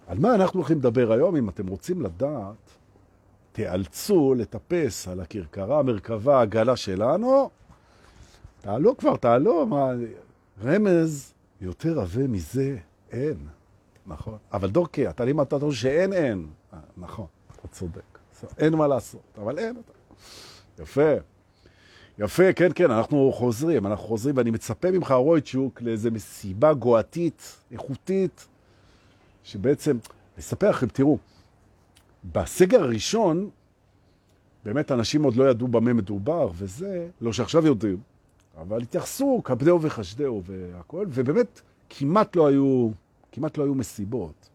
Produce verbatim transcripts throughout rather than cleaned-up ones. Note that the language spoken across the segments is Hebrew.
על מה אנחנו הולכים לדבר היום? אם אתם רוצים לדעת, תיאלצו לטפס על הכרכרה, המרכבה, העגלה שלנו. תעלו כבר, תעלו. מה... רמז יותר עבה מזה אין. נכון. אבל דורקי, אתה לימדת אותו שאין אין. נכון, אתה צודק. אין מה לעשות, אבל אין. יפה. יפה, כן, כן, אנחנו חוזרים, אנחנו חוזרים, ואני מצפה ממך, רויצ'וק, לאיזו מסיבה גואתית, איכותית, שבעצם, לספר לכם, תראו, בסגר הראשון, באמת אנשים עוד לא ידעו במה מדובר, וזה, לא שעכשיו יודעים, אבל התייחסו, כבדהו וחשדהו והכל, ובאמת כמעט לא היו, כמעט לא היו מסיבות.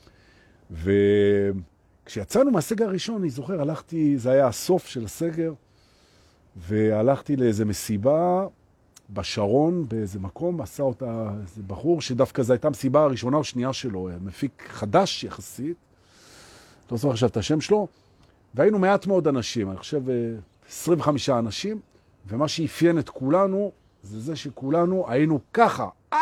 וכשיצאנו מהסגר הראשון, אני זוכר, הלכתי, זה היה הסוף של הסגר, והלכתי לאיזו מסיבה בשרון, באיזה מקום, עשה אותה איזה בחור, שדווקא זו הייתה מסיבה הראשונה או שנייה שלו, מפיק חדש יחסית, לא זוכר עכשיו את השם שלו, והיינו מעט מאוד אנשים, אני חושב עשרים וחמישה אנשים, ומה שאפיין את כולנו, זה זה שכולנו היינו ככה. אה!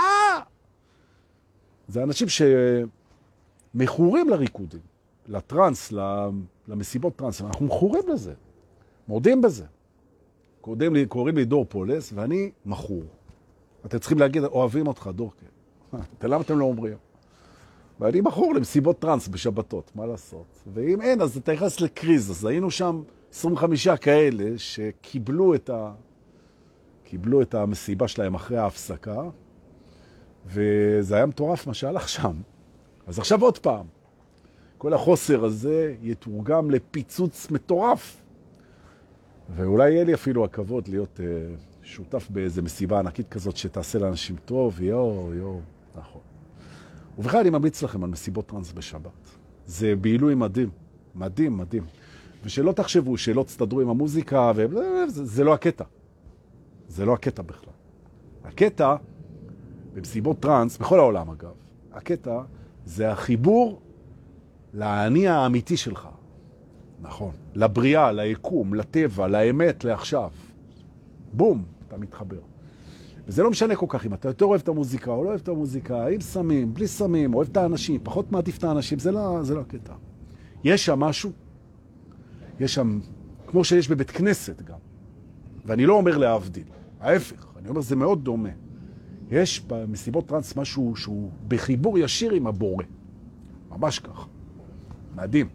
זה אנשים שמחורים לריקודים, לטרנס, למסיבות טרנס, אנחנו מחורים לזה, מורדים בזה. קוראים לי, קוראים לי דור פולס, ואני מחור. אתם צריכים להגיד, אוהבים אותך, דור, כן. למה אתם לא אומרים? ואני מחור למסיבות טרנס בשבתות, מה לעשות? ואם אין, אז אתה נכנס לקריז. אז היינו שם עשרים וחמישה כאלה שקיבלו את, ה... קיבלו את המסיבה שלהם אחרי ההפסקה, וזה היה מטורף מה שהלך שם. אז עכשיו עוד פעם, כל החוסר הזה יתורגם לפיצוץ מטורף. ואולי יהיה לי אפילו הכבוד להיות uh, שותף באיזה מסיבה ענקית כזאת שתעשה לאנשים טוב, יו, יו, נכון. ובכלל אני ממליץ לכם על מסיבות טרנס בשבת. זה בילוי מדהים, מדהים, מדהים. ושלא תחשבו, שלא תסתדרו עם המוזיקה, וזה, זה לא הקטע. זה לא הקטע בכלל. הקטע, במסיבות טרנס, בכל העולם אגב, הקטע זה החיבור לעני האמיתי שלך. נכון. לבריאה, ליקום, לטבע, לאמת, לעכשיו. בום, אתה מתחבר. וזה לא משנה כל כך אם אתה יותר אוהב את המוזיקה או לא אוהב את המוזיקה, עם סמים, בלי סמים, אוהב את האנשים, פחות מעדיף את האנשים, זה לא, זה לא הקטע. יש שם משהו, יש שם, כמו שיש בבית כנסת גם, ואני לא אומר להבדיל, ההפך, אני אומר זה מאוד דומה. יש במסיבות טרנס משהו שהוא בחיבור ישיר עם הבורא. ממש ככה. מדהים.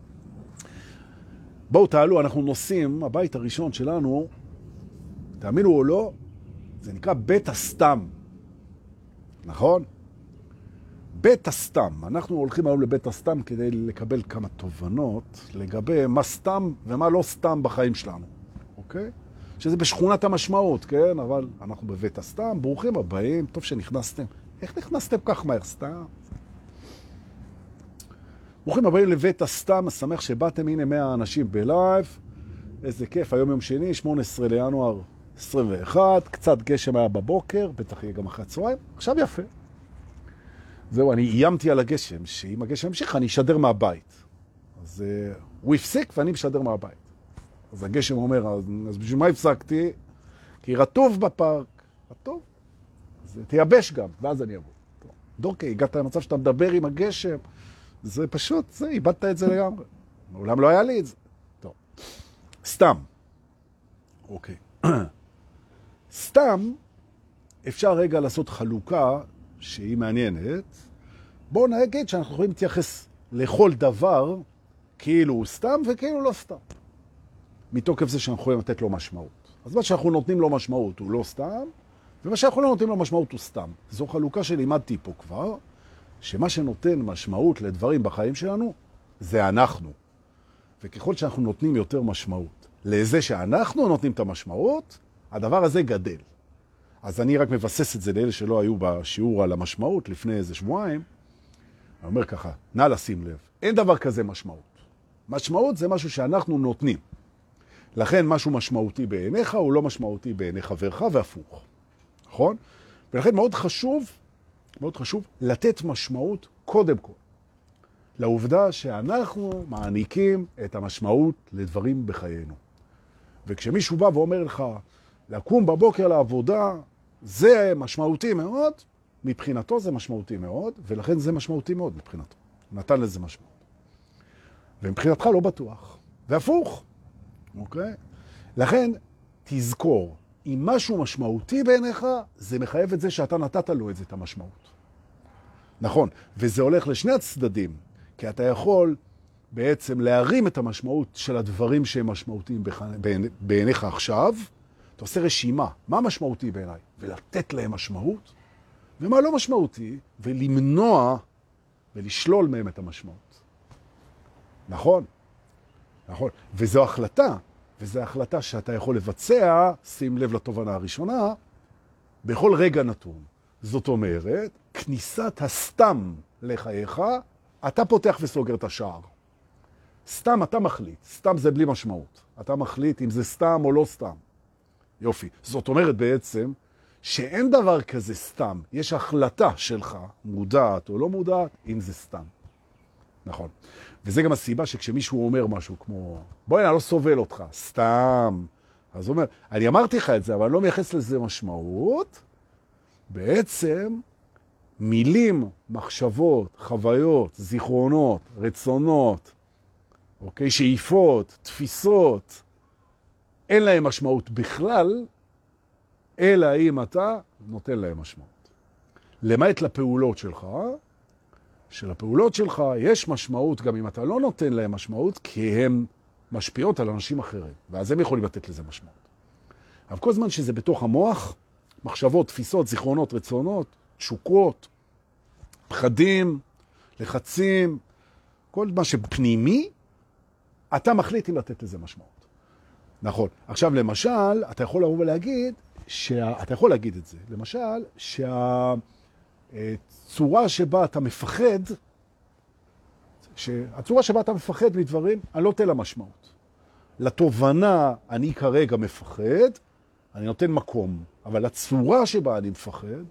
בואו תעלו, אנחנו נוסעים, הבית הראשון שלנו, תאמינו או לא, זה נקרא בית הסתם. נכון? בית הסתם. אנחנו הולכים היום לבית הסתם כדי לקבל כמה תובנות לגבי מה סתם ומה לא סתם בחיים שלנו. אוקיי? שזה בשכונת המשמעות, כן? אבל אנחנו בבית הסתם, ברוכים הבאים, טוב שנכנסתם. איך נכנסתם כך מהר סתם? ברוכים הבאים לבית הסתם, שמח שבאתם, הנה מאה אנשים בלייב, איזה כיף, היום יום שני, שמונה עשרה לינואר עשרים ואחת, קצת גשם היה בבוקר, בטח יהיה גם אחרי הצהריים, עכשיו יפה. זהו, אני איימתי על הגשם, שאם הגשם ימשיך אני אשדר מהבית. אז uh, הוא הפסיק ואני משדר מהבית. אז הגשם אומר, אז, אז בשביל מה הפסקתי? כי רטוב בפארק, רטוב. אז תייבש גם, ואז אני אבוא. טוב. דורקי, הגעת למצב שאתה מדבר עם הגשם, זה פשוט, זה, איבדת את זה לגמרי. מעולם לא היה לי את זה. טוב. סתם. אוקיי. סתם, אפשר רגע לעשות חלוקה שהיא מעניינת. בואו נגיד שאנחנו יכולים להתייחס לכל דבר כאילו הוא סתם וכאילו לא סתם. מתוקף זה שאנחנו יכולים לתת לו משמעות. אז מה שאנחנו נותנים לו משמעות הוא לא סתם, ומה שאנחנו לא נותנים לו משמעות הוא סתם. זו חלוקה שלימדתי פה כבר. שמה שנותן משמעות לדברים בחיים שלנו, זה אנחנו. וככל שאנחנו נותנים יותר משמעות לזה שאנחנו נותנים את המשמעות, הדבר הזה גדל. אז אני רק מבסס את זה לאלה שלא היו בשיעור על המשמעות לפני איזה שבועיים. אני אומר ככה, נא לשים לב, אין דבר כזה משמעות. משמעות זה משהו שאנחנו נותנים. לכן משהו משמעותי בעיניך הוא לא משמעותי בעיני חברך והפוך. נכון? ולכן מאוד חשוב, מאוד חשוב לתת משמעות קודם כל. לעובדה שאנחנו מעניקים את המשמעות לדברים בחיינו. וכשמישהו בא ואומר לך, לקום בבוקר לעבודה, זה משמעותי מאוד, מבחינתו זה משמעותי מאוד, ולכן זה משמעותי מאוד מבחינתו. נתן לזה משמעות. ומבחינתך לא בטוח. והפוך, אוקיי? לכן, תזכור, אם משהו משמעותי בעיניך, זה מחייב את זה שאתה נתת לו את זה, את המשמעות. נכון, וזה הולך לשני הצדדים, כי אתה יכול בעצם להרים את המשמעות של הדברים שהם משמעותיים בעיניך עכשיו, אתה עושה רשימה, מה משמעותי בעיניי? ולתת להם משמעות, ומה לא משמעותי, ולמנוע ולשלול מהם את המשמעות. נכון? נכון. וזו החלטה, וזו החלטה שאתה יכול לבצע, שים לב לתובנה הראשונה, בכל רגע נתון. זאת אומרת, כניסת הסתם לחייך, אתה פותח וסוגר את השער. סתם אתה מחליט, סתם זה בלי משמעות. אתה מחליט אם זה סתם או לא סתם. יופי. זאת אומרת בעצם שאין דבר כזה סתם. יש החלטה שלך, מודעת או לא מודעת, אם זה סתם. נכון. וזה גם הסיבה שכשמישהו אומר משהו כמו, בואי, אני לא סובל אותך, סתם. אז הוא אומר, אני אמרתי לך את זה, אבל אני לא מייחס לזה משמעות. בעצם מילים, מחשבות, חוויות, זיכרונות, רצונות, אוקיי, שאיפות, תפיסות, אין להם משמעות בכלל, אלא אם אתה נותן להם משמעות. למעט לפעולות שלך, שלפעולות שלך יש משמעות גם אם אתה לא נותן להם משמעות, כי הן משפיעות על אנשים אחרים, ואז הם יכולים לתת לזה משמעות. אבל כל זמן שזה בתוך המוח, מחשבות, תפיסות, זיכרונות, רצונות, תשוקות, פחדים, לחצים, כל מה שפנימי, אתה מחליט אם לתת לזה משמעות. נכון. עכשיו, למשל, אתה יכול לבוא ולהגיד, שה... אתה יכול להגיד את זה, למשל, שהצורה שבה אתה מפחד, שהצורה שבה אתה מפחד מדברים, אני לא נותן לה משמעות. לתובנה, אני כרגע מפחד, אני נותן מקום, אבל הצורה שבה אני מפחד,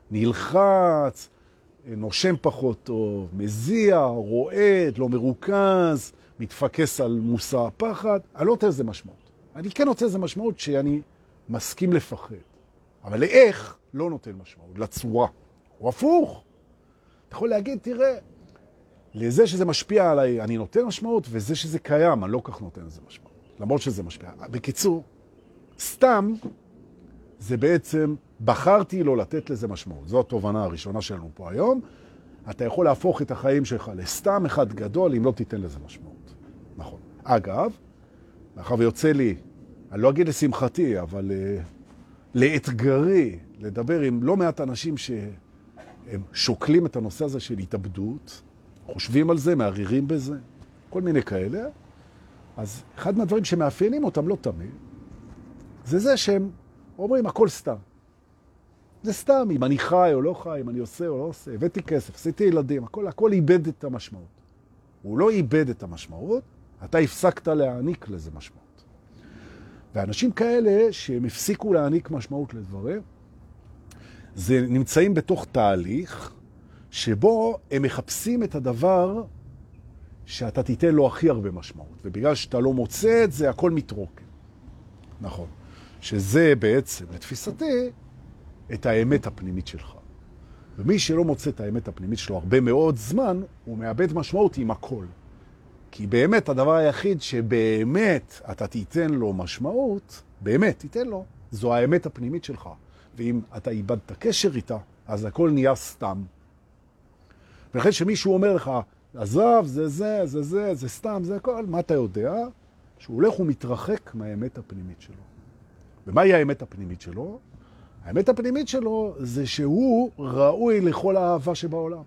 נלחץ, נושם פחות טוב, מזיע, רועד, לא מרוכז, מתפקס על מושא הפחד, אני לא נותן לזה משמעות. אני כן נותן לזה משמעות שאני מסכים לפחד. אבל לאיך לא נותן משמעות, לצורה. או הפוך. אתה יכול להגיד, תראה, לזה שזה משפיע עליי, אני נותן משמעות, וזה שזה קיים, אני לא כך נותן לזה משמעות. למרות שזה משפיע. בקיצור, סתם, זה בעצם, בחרתי לא לתת לזה משמעות. זו התובנה הראשונה שלנו פה היום. אתה יכול להפוך את החיים שלך לסתם אחד גדול, אם לא תיתן לזה משמעות. נכון. אגב, מאחר ויוצא לי, אני לא אגיד לשמחתי, אבל uh, לאתגרי, לדבר עם לא מעט אנשים שהם שוקלים את הנושא הזה של התאבדות, חושבים על זה, מערירים בזה, כל מיני כאלה. אז אחד מהדברים שמאפיינים אותם לא תמיד, זה זה שהם אומרים, הכל סתם. זה סתם, אם אני חי או לא חי, אם אני עושה או לא עושה, הבאתי כסף, עשיתי ילדים, הכל, הכל איבד את המשמעות. הוא לא איבד את המשמעות, אתה הפסקת להעניק לזה משמעות. ואנשים כאלה שהם הפסיקו להעניק משמעות לדברים, זה נמצאים בתוך תהליך שבו הם מחפשים את הדבר שאתה תיתן לו הכי הרבה משמעות. ובגלל שאתה לא מוצא את זה, הכל מתרוקן. נכון. שזה בעצם, לתפיסתי, את האמת הפנימית שלך. ומי שלא מוצא את האמת הפנימית שלו הרבה מאוד זמן, הוא מאבד משמעות עם הכל. כי באמת הדבר היחיד שבאמת אתה תיתן לו משמעות, באמת תיתן לו, זו האמת הפנימית שלך. ואם אתה איבדת קשר איתה, אז הכל נהיה סתם. ולכן שמישהו אומר לך, עזב, זה זה, זה זה, זה סתם, זה הכל, מה אתה יודע? שהוא הולך ומתרחק מהאמת הפנימית שלו. ומהי האמת הפנימית שלו? האמת הפנימית שלו זה שהוא ראוי לכל האהבה שבעולם.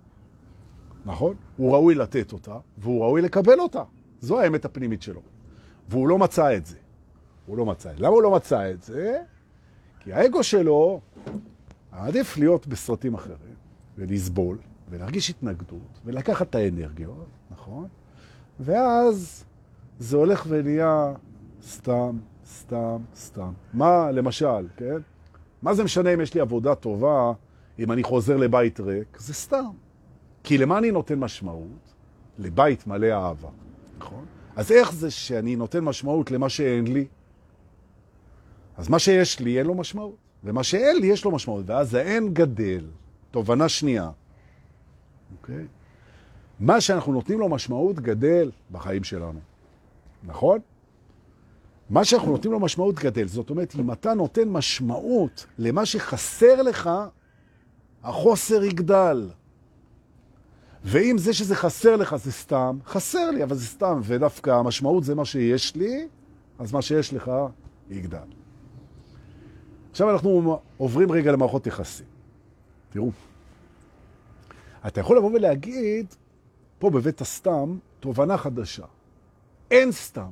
נכון? הוא ראוי לתת אותה, והוא ראוי לקבל אותה. זו האמת הפנימית שלו. והוא לא מצא את זה. הוא לא מצא את זה. למה הוא לא מצא את זה? כי האגו שלו עדיף להיות בסרטים אחרים, ולסבול, ולהרגיש התנגדות, ולקחת את האנרגיות, נכון? ואז זה הולך ונהיה סתם, סתם, סתם. מה, למשל, כן? מה זה משנה אם יש לי עבודה טובה, אם אני חוזר לבית ריק? זה סתם. כי למה אני נותן משמעות? לבית מלא אהבה, נכון? אז איך זה שאני נותן משמעות למה שאין לי? אז מה שיש לי אין לו משמעות, ומה שאין לי יש לו משמעות, ואז האין גדל. תובנה שנייה. אוקיי? מה שאנחנו נותנים לו משמעות גדל בחיים שלנו. נכון? מה שאנחנו נותנים לו משמעות גדל. זאת אומרת, אם אתה נותן משמעות למה שחסר לך, החוסר יגדל. ואם זה שזה חסר לך זה סתם, חסר לי, אבל זה סתם, ודווקא המשמעות זה מה שיש לי, אז מה שיש לך יגדל. עכשיו אנחנו עוברים רגע למערכות יחסים. תראו, אתה יכול לבוא ולהגיד, פה בבית הסתם, תובנה חדשה. אין סתם.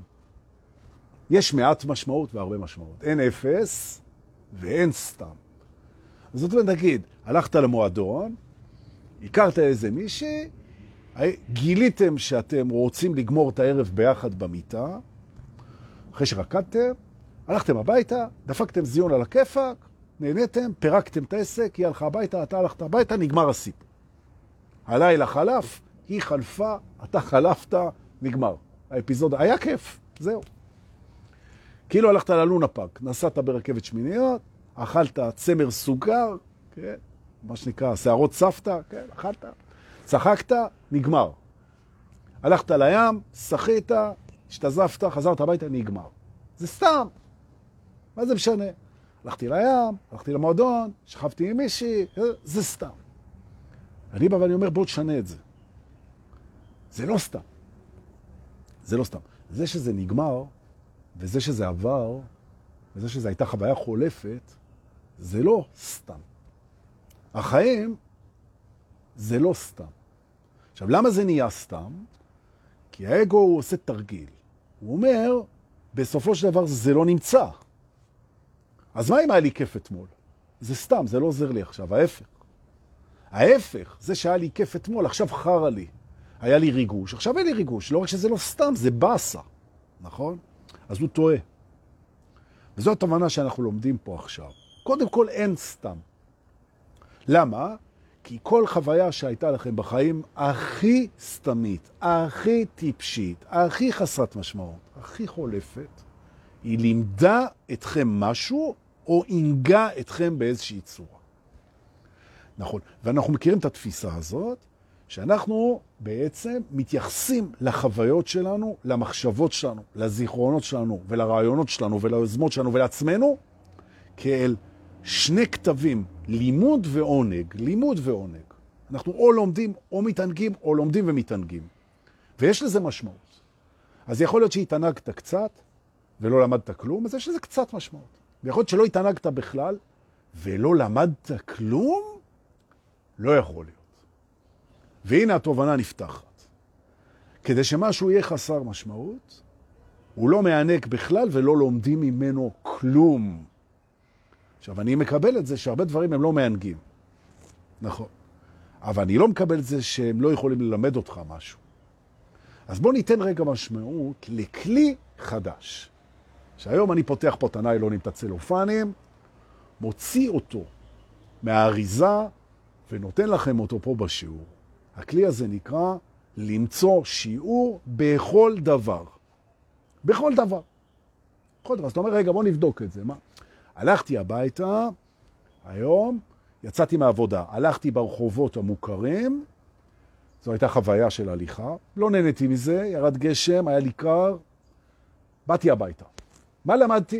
יש מעט משמעות והרבה משמעות. אין אפס ואין סתם. זאת אומרת, נגיד, הלכת למועדון, הכרת איזה מישהי, גיליתם שאתם רוצים לגמור את הערב ביחד במיטה, אחרי שרקדתם, הלכתם הביתה, דפקתם זיון על הכיפק, נהניתם, פירקתם את העסק, היא הלכה הביתה, אתה הלכת הביתה, נגמר הסיפור. הלילה חלף, היא חלפה, אתה חלפת, נגמר. האפיזודה, היה כיף, זהו. כאילו הלכת ללונה פארק, נסעת ברכבת שמיניות, אכלת צמר סוכר, כן, מה שנקרא, שערות סבתא, כן, אכלת, צחקת, נגמר. הלכת לים, שחית, השתזפת, חזרת הביתה, נגמר. זה סתם. מה זה משנה? הלכתי לים, הלכתי למועדון, שכבתי עם מישהי, זה סתם. אני בא ואני אומר, בוא תשנה את זה. זה לא סתם. זה לא סתם. זה שזה נגמר, וזה שזה עבר, וזה שזה הייתה חוויה חולפת, זה לא סתם. החיים זה לא סתם. עכשיו, למה זה נהיה סתם? כי האגו הוא עושה תרגיל. הוא אומר, בסופו של דבר זה לא נמצא. אז מה אם היה לי כיף אתמול? זה סתם, זה לא עוזר לי עכשיו, ההפך. ההפך, זה שהיה לי כיף אתמול, עכשיו חרה לי. היה לי ריגוש, עכשיו אין לי ריגוש. לא רק שזה לא סתם, זה בסה. נכון? אז הוא טועה. וזו התובנה שאנחנו לומדים פה עכשיו. קודם כל אין סתם. למה? כי כל חוויה שהייתה לכם בחיים הכי סתמית, הכי טיפשית, הכי חסרת משמעות, הכי חולפת, היא לימדה אתכם משהו או אינגה אתכם באיזושהי צורה. נכון. ואנחנו מכירים את התפיסה הזאת, שאנחנו בעצם מתייחסים לחוויות שלנו, למחשבות שלנו, לזיכרונות שלנו ולרעיונות שלנו וליוזמות שלנו ולעצמנו, כאל שני כתבים, לימוד ועונג, לימוד ועונג. אנחנו או לומדים או מתענגים, או לומדים ומתענגים. ויש לזה משמעות. אז יכול להיות שהתענגת קצת ולא למדת כלום, אז יש לזה קצת משמעות. ויכול להיות שלא התענגת בכלל ולא למדת כלום, לא יכול להיות. והנה התובנה נפתחת. כדי שמשהו יהיה חסר משמעות, הוא לא מענק בכלל ולא לומדים ממנו כלום. עכשיו, אני מקבל את זה שהרבה דברים הם לא מענגים. נכון. אבל אני לא מקבל את זה שהם לא יכולים ללמד אותך משהו. אז בוא ניתן רגע משמעות לכלי חדש. שהיום אני פותח פה את הניילונים, את הצלופנים, מוציא אותו מהאריזה ונותן לכם אותו פה בשיעור. הכלי הזה נקרא למצוא שיעור בכל דבר. בכל דבר. בכל דבר. זאת אומרת, רגע, בוא נבדוק את זה. מה? הלכתי הביתה, היום יצאתי מהעבודה, הלכתי ברחובות המוכרים, זו הייתה חוויה של הליכה, לא נהניתי מזה, ירד גשם, היה לי קר, באתי הביתה. מה למדתי?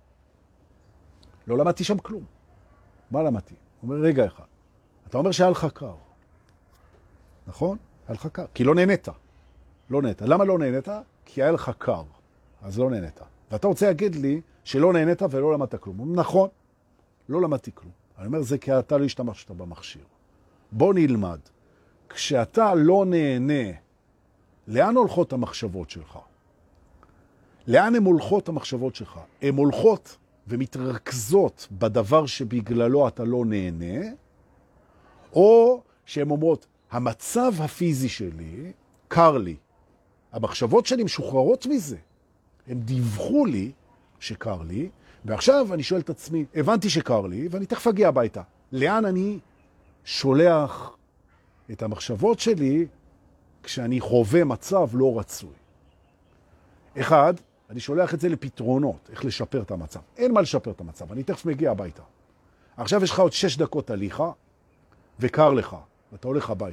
לא למדתי שם כלום. מה למדתי? הוא אומר, רגע אחד, אתה אומר שהיה לך קר. נכון? היה לך קר, כי לא נהנית. לא נהנית. למה לא נהנית? כי היה לך קר, אז לא נהנית. ואתה רוצה להגיד לי שלא נהנית ולא למדת כלום. נכון, לא למדתי כלום. אני אומר, זה כי אתה לא השתמשת במכשיר. בוא נלמד. כשאתה לא נהנה, לאן הולכות המחשבות שלך? לאן הן הולכות המחשבות שלך? הן הולכות ומתרכזות בדבר שבגללו אתה לא נהנה, או שהן אומרות, המצב הפיזי שלי קר לי. המחשבות שלי משוחררות מזה. הם דיווחו לי שקר לי, ועכשיו אני שואל את עצמי, הבנתי שקר לי, ואני תכף אגיע הביתה. לאן אני שולח את המחשבות שלי כשאני חווה מצב לא רצוי? אחד, אני שולח את זה לפתרונות, איך לשפר את המצב. אין מה לשפר את המצב, אני תכף מגיע הביתה. עכשיו יש לך עוד שש דקות הליכה, וקר לך, ואתה הולך הביתה.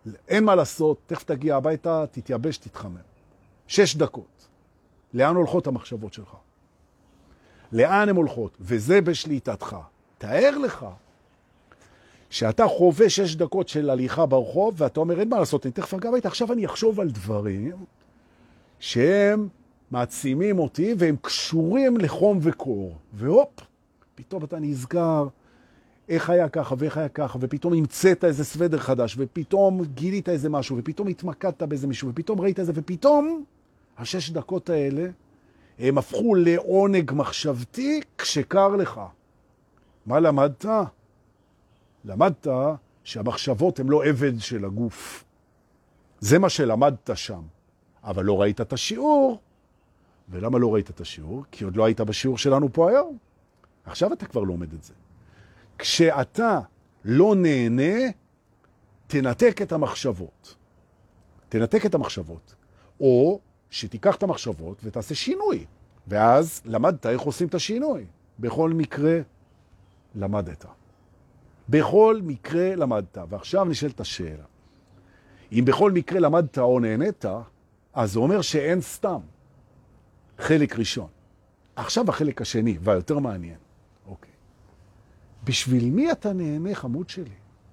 אין מה לעשות, תכף תגיע הביתה, תתייבש, תתחמם. שש דקות. לאן הולכות המחשבות שלך? לאן הן הולכות? וזה בשליטתך. תאר לך שאתה חווה שש דקות של הליכה ברחוב, ואתה אומר, אין מה לעשות, אני תכף אגע הביתה, עכשיו אני אחשוב על דברים שהם מעצימים אותי, והם קשורים לחום וקור. והופ, פתאום אתה נזכר איך היה ככה ואיך היה ככה, ופתאום המצאת איזה סוודר חדש, ופתאום גילית איזה משהו, ופתאום התמקדת באיזה מישהו, ופתאום ראית איזה, ופתאום השש דקות האלה, הם הפכו לעונג מחשבתי כשקר לך. מה למדת? למדת שהמחשבות הן לא עבד של הגוף. זה מה שלמדת שם. אבל לא ראית את השיעור. ולמה לא ראית את השיעור? כי עוד לא היית בשיעור שלנו פה היום. עכשיו אתה כבר לומד את זה. כשאתה לא נהנה, תנתק את המחשבות. תנתק את המחשבות. או שתיקח את המחשבות ותעשה שינוי. ואז למדת איך עושים את השינוי. בכל מקרה למדת. בכל מקרה למדת. ועכשיו נשאלת השאלה. אם בכל מקרה למדת או נהנית, אז זה אומר שאין סתם. חלק ראשון. עכשיו החלק השני, והיותר מעניין. אוקיי. בשביל מי אתה נהנה, חמוד שלי?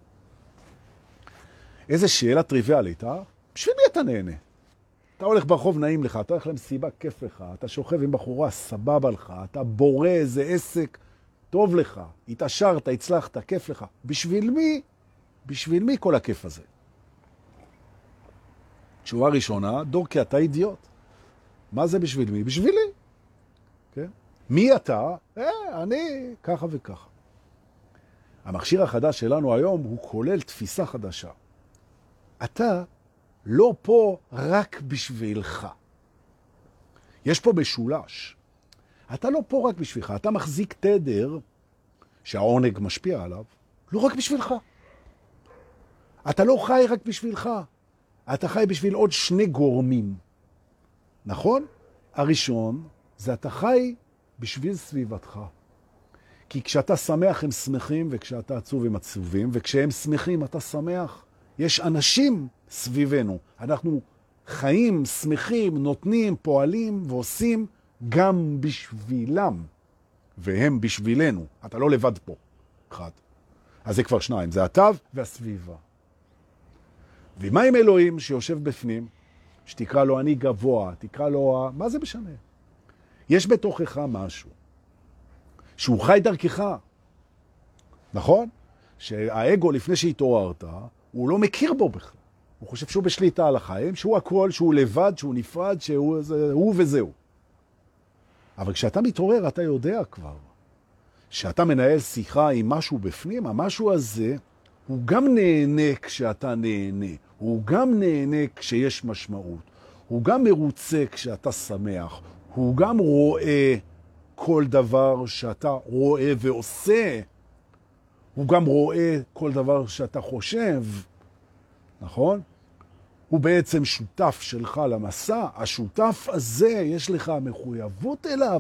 איזה שאלה טריוויאלית, אה? בשביל מי אתה נהנה? אתה הולך ברחוב, נעים לך, אתה הולך למסיבה, כיף לך, אתה שוכב עם בחורה, סבבה לך, אתה בורא איזה עסק, טוב לך, התעשרת, הצלחת, כיף לך. בשביל מי? בשביל מי כל הכיף הזה? תשובה ראשונה, דורקי, אתה אידיוט. מה זה בשביל מי? בשבילי. כן? מי אתה? אה, אני ככה וככה. המכשיר החדש שלנו היום הוא כולל תפיסה חדשה. אתה לא פה רק בשבילך. יש פה משולש. אתה לא פה רק בשבילך, אתה מחזיק תדר שהעונג משפיע עליו, לא רק בשבילך. אתה לא חי רק בשבילך, אתה חי בשביל עוד שני גורמים. נכון? הראשון זה אתה חי בשביל סביבתך. כי כשאתה שמח הם שמחים, וכשאתה עצוב הם עצובים, וכשהם שמחים אתה שמח. יש אנשים סביבנו. אנחנו חיים, שמחים, נותנים, פועלים ועושים גם בשבילם. והם בשבילנו. אתה לא לבד פה. אחד. אז זה כבר שניים. זה אתה והסביבה. ומה עם אלוהים שיושב בפנים? שתקרא לו אני גבוה, תקרא לו... מה זה משנה? יש בתוכך משהו. שהוא חי דרכך. נכון? שהאגו לפני שהתעוררת, הוא לא מכיר בו בכלל. הוא חושב שהוא בשליטה על החיים, שהוא הכל, שהוא לבד, שהוא נפרד, שהוא זה, הוא וזהו. אבל כשאתה מתעורר, אתה יודע כבר שאתה מנהל שיחה עם משהו בפנים, המשהו הזה הוא גם נהנה כשאתה נהנה, הוא גם נהנה כשיש משמעות, הוא גם מרוצה כשאתה שמח, הוא גם רואה כל דבר שאתה רואה ועושה, הוא גם רואה כל דבר שאתה חושב, נכון? הוא בעצם שותף שלך למסע, השותף הזה יש לך מחויבות אליו.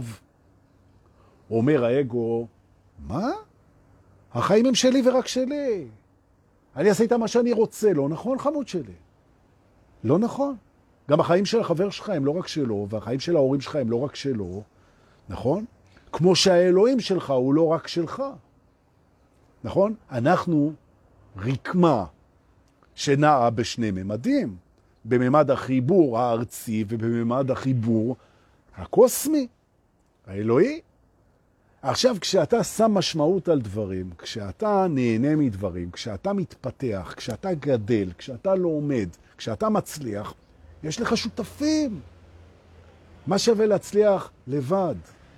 אומר האגו, מה? החיים הם שלי ורק שלי. אני אעשה איתם מה שאני רוצה, לא נכון חמוד שלי? לא נכון. גם החיים של החבר שלך הם לא רק שלו, והחיים של ההורים שלך הם לא רק שלו, נכון? כמו שהאלוהים שלך הוא לא רק שלך. נכון? אנחנו רקמה שנעה בשני ממדים, בממד החיבור הארצי ובממד החיבור הקוסמי, האלוהי. עכשיו, כשאתה שם משמעות על דברים, כשאתה נהנה מדברים, כשאתה מתפתח, כשאתה גדל, כשאתה לומד, כשאתה מצליח, יש לך שותפים. מה שווה להצליח לבד?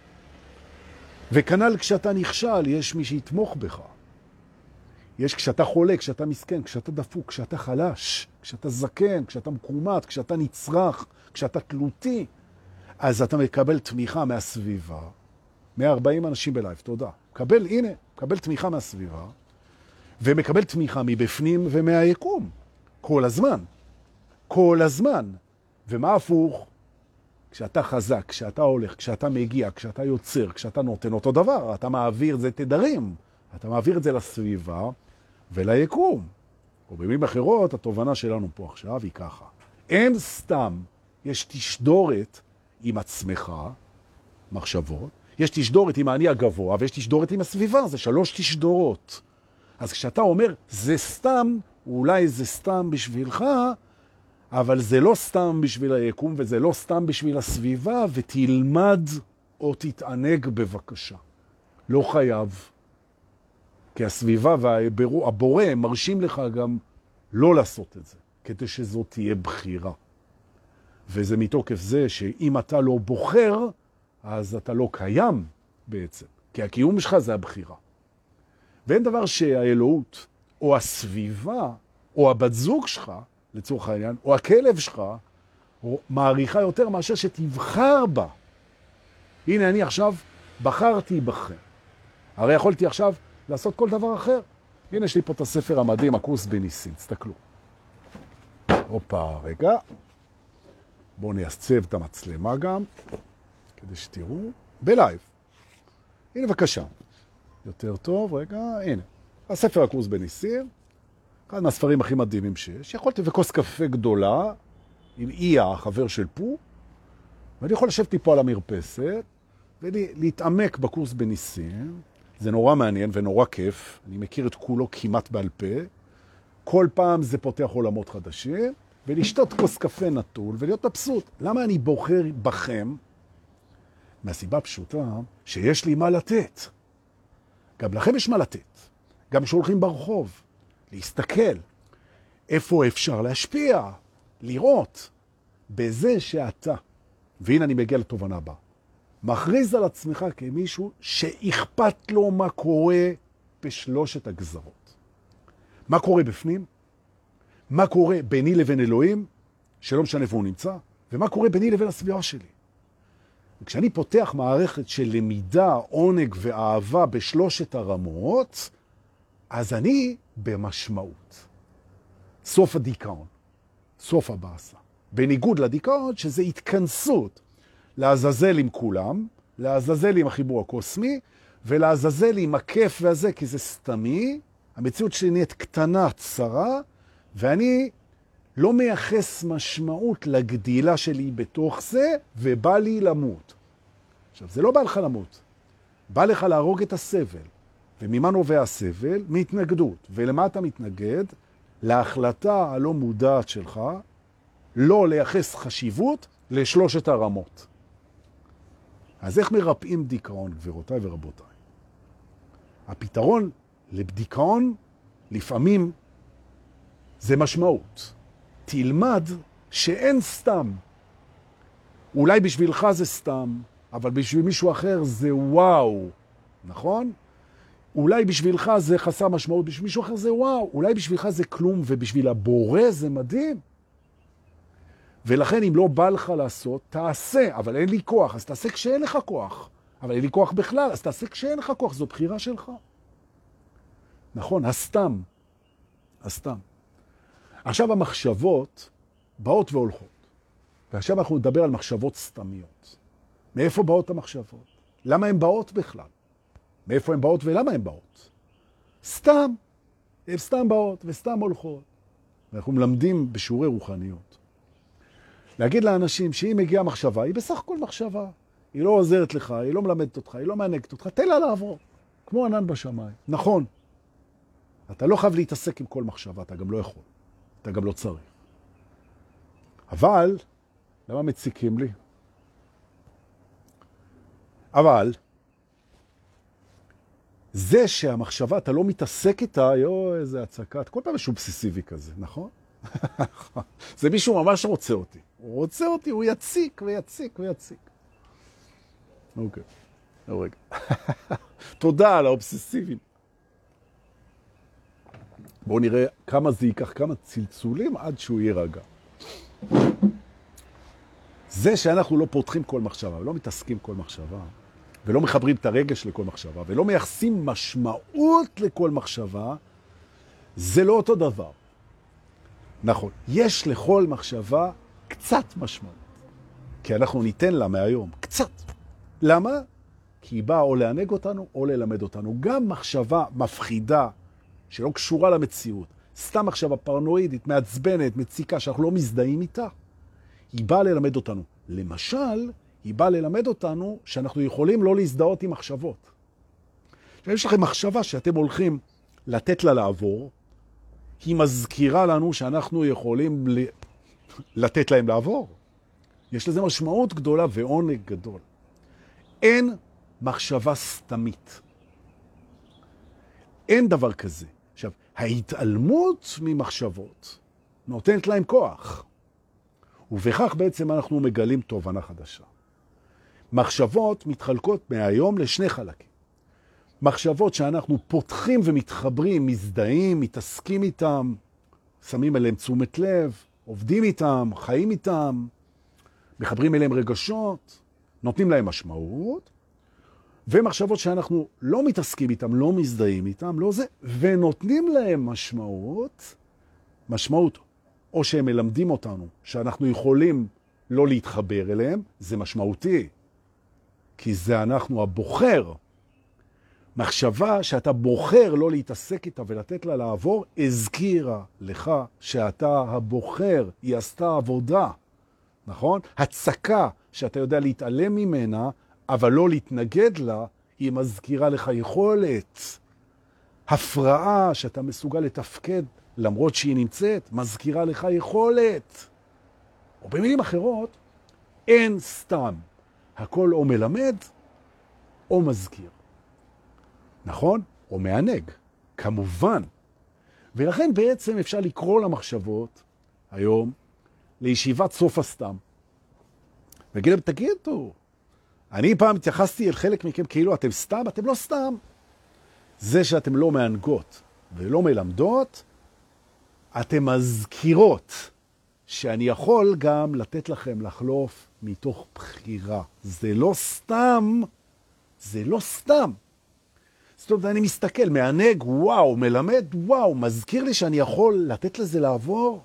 וכנ"ל כשאתה נכשל, יש מי שיתמוך בך. יש כשאתה חולה, כשאתה מסכן, כשאתה דפוק, כשאתה חלש, כשאתה זקן, כשאתה מקומט, כשאתה נצרך, כשאתה תלותי, אז אתה מקבל תמיכה מהסביבה. מאה וארבעים אנשים בלייב, תודה. מקבל, הנה, מקבל תמיכה מהסביבה, ומקבל תמיכה מבפנים ומהיקום. כל הזמן. כל הזמן. ומה הפוך? כשאתה חזק, כשאתה הולך, כשאתה מגיע, כשאתה יוצר, כשאתה נותן אותו דבר, אתה מעביר את זה תדרים. אתה מעביר את זה לסביבה וליקום. או במילים אחרות, התובנה שלנו פה עכשיו היא ככה. אין סתם, יש תשדורת עם עצמך, מחשבות, יש תשדורת עם האני הגבוה, ויש תשדורת עם הסביבה, זה שלוש תשדורות. אז כשאתה אומר, זה סתם, אולי זה סתם בשבילך, אבל זה לא סתם בשביל היקום, וזה לא סתם בשביל הסביבה, ותלמד או תתענג בבקשה. לא חייב. כי הסביבה והבורא מרשים לך גם לא לעשות את זה, כדי שזאת תהיה בחירה. וזה מתוקף זה שאם אתה לא בוחר, אז אתה לא קיים בעצם. כי הקיום שלך זה הבחירה. ואין דבר שהאלוהות, או הסביבה, או הבת זוג שלך, לצורך העניין, או הכלב שלך, או מעריכה יותר מאשר שתבחר בה. הנה, אני עכשיו בחרתי בכם. הרי יכולתי עכשיו לעשות כל דבר אחר. הנה, יש לי פה את הספר המדהים, הקורס בניסים. תסתכלו. הופה, רגע. בואו נייצב את המצלמה גם, כדי שתראו. בלייב. הנה, בבקשה. יותר טוב, רגע, הנה. הספר הקורס בניסים. אחד מהספרים הכי מדהימים שיש. יכולתי וכוס קפה גדולה, עם איה, החבר של פו, ואני יכול לשבת פה על המרפסת, ולהתעמק בקורס בניסים. זה נורא מעניין ונורא כיף. אני מכיר את כולו כמעט בעל פה. כל פעם זה פותח עולמות חדשים, ולשתות כוס קפה נטול, ולהיות מבסוט. למה אני בוחר בכם? מהסיבה פשוטה, שיש לי מה לתת. גם לכם יש מה לתת. גם שהולכים ברחוב. להסתכל, איפה אפשר להשפיע, לראות, בזה שאתה, והנה אני מגיע לתובנה הבאה, מכריז על עצמך כמישהו שאכפת לו מה קורה בשלושת הגזרות. מה קורה בפנים? מה קורה ביני לבין אלוהים, שלא משנה איפה הוא נמצא, ומה קורה ביני לבין הסביבה שלי. וכשאני פותח מערכת של למידה, עונג ואהבה בשלושת הרמות, אז אני במשמעות. סוף הדיכאון, סוף הבאסה. בניגוד לדיכאון, שזה התכנסות לעזאזל עם כולם, לעזאזל עם החיבור הקוסמי, ולעזאזל עם הכיף והזה, כי זה סתמי. המציאות שלי נהיית קטנה, צרה, ואני לא מייחס משמעות לגדילה שלי בתוך זה, ובא לי למות. עכשיו, זה לא בא לך למות. בא לך להרוג את הסבל. וממה נובע הסבל? מהתנגדות. ולמה אתה מתנגד? להחלטה הלא מודעת שלך, לא לייחס חשיבות לשלושת הרמות. אז איך מרפאים דיכאון, גבירותיי ורבותיי? הפתרון לדיכאון, לפעמים, זה משמעות. תלמד שאין סתם. אולי בשבילך זה סתם, אבל בשביל מישהו אחר זה וואו. נכון? אולי בשבילך זה חסר משמעות, בשביל מישהו אחר זה וואו. אולי בשבילך זה כלום, ובשביל הבורא זה מדהים. ולכן אם לא בא לך לעשות, תעשה, אבל אין לי כוח, אז תעשה כשאין לך כוח. אבל אין לי כוח בכלל, אז תעשה כשאין לך כוח, זו בחירה שלך. נכון, הסתם. הסתם. עכשיו המחשבות באות והולכות. ועכשיו אנחנו נדבר על מחשבות סתמיות. מאיפה באות המחשבות? למה הן באות בכלל? מאיפה הן באות ולמה הן באות? סתם. הן סתם באות וסתם הולכות. ואנחנו מלמדים בשיעורי רוחניות. להגיד לאנשים שאם מגיעה מחשבה, היא בסך הכל מחשבה. היא לא עוזרת לך, היא לא מלמדת אותך, היא לא מענקת אותך, תן לה לעבור. כמו ענן בשמיים. נכון. אתה לא חייב להתעסק עם כל מחשבה, אתה גם לא יכול. אתה גם לא צריך. אבל, למה מציקים לי? אבל, זה שהמחשבה, אתה לא מתעסק איתה, יו, איזה הצקת, כל פעם משהו בסיסיבי כזה, נכון? זה מישהו ממש רוצה אותי. הוא רוצה אותי, הוא יציק ויציק ויציק. אוקיי, רגע. תודה על האובססיבים. בואו נראה כמה זה ייקח, כמה צלצולים עד שהוא יירגע. זה שאנחנו לא פותחים כל מחשבה, ולא מתעסקים כל מחשבה, ולא מחברים את הרגש לכל מחשבה, ולא מייחסים משמעות לכל מחשבה, זה לא אותו דבר. נכון, יש לכל מחשבה קצת משמעות. כי אנחנו ניתן לה מהיום, קצת. למה? כי היא באה או להנהג אותנו, או ללמד אותנו. גם מחשבה מפחידה, שלא קשורה למציאות, סתם מחשבה פרנואידית, מעצבנת, מציקה, שאנחנו לא מזדהים איתה, היא באה ללמד אותנו. למשל, היא באה ללמד אותנו שאנחנו יכולים לא להזדהות עם מחשבות. יש לכם מחשבה שאתם הולכים לתת לה לעבור, היא מזכירה לנו שאנחנו יכולים ל... לתת להם לעבור. יש לזה משמעות גדולה ועונג גדול. אין מחשבה סתמית. אין דבר כזה. עכשיו, ההתעלמות ממחשבות נותנת להם כוח. ובכך בעצם אנחנו מגלים תובנה חדשה. מחשבות מתחלקות מהיום לשני חלקים. מחשבות שאנחנו פותחים ומתחברים, מזדהים, מתעסקים איתם, שמים אליהם תשומת לב, עובדים איתם, חיים איתם, מחברים אליהם רגשות, נותנים להם משמעות, ומחשבות שאנחנו לא מתעסקים איתם, לא מזדהים איתם, לא זה, ונותנים להם משמעות, משמעות, או שהם מלמדים אותנו שאנחנו יכולים לא להתחבר אליהם, זה משמעותי, כי זה אנחנו הבוחר. מחשבה שאתה בוחר לא להתעסק איתה ולתת לה לעבור, הזכירה לך שאתה הבוחר, היא עשתה עבודה, נכון? הצקה שאתה יודע להתעלם ממנה, אבל לא להתנגד לה, היא מזכירה לך יכולת. הפרעה שאתה מסוגל לתפקד, למרות שהיא נמצאת, מזכירה לך יכולת. או במילים אחרות, אין סתם. הכל או מלמד, או מזכיר. נכון? או מענג. כמובן. ולכן בעצם אפשר לקרוא למחשבות, היום, לישיבת סוף הסתם. וגיד להם, תגידו, אני פעם התייחסתי אל חלק מכם כאילו אתם סתם, אתם לא סתם. זה שאתם לא מענגות ולא מלמדות, אתם מזכירות שאני יכול גם לתת לכם לחלוף מתוך בחירה. זה לא סתם, זה לא סתם. זאת אומרת, אני מסתכל, מענג, וואו, מלמד, וואו, מזכיר לי שאני יכול לתת לזה לעבור.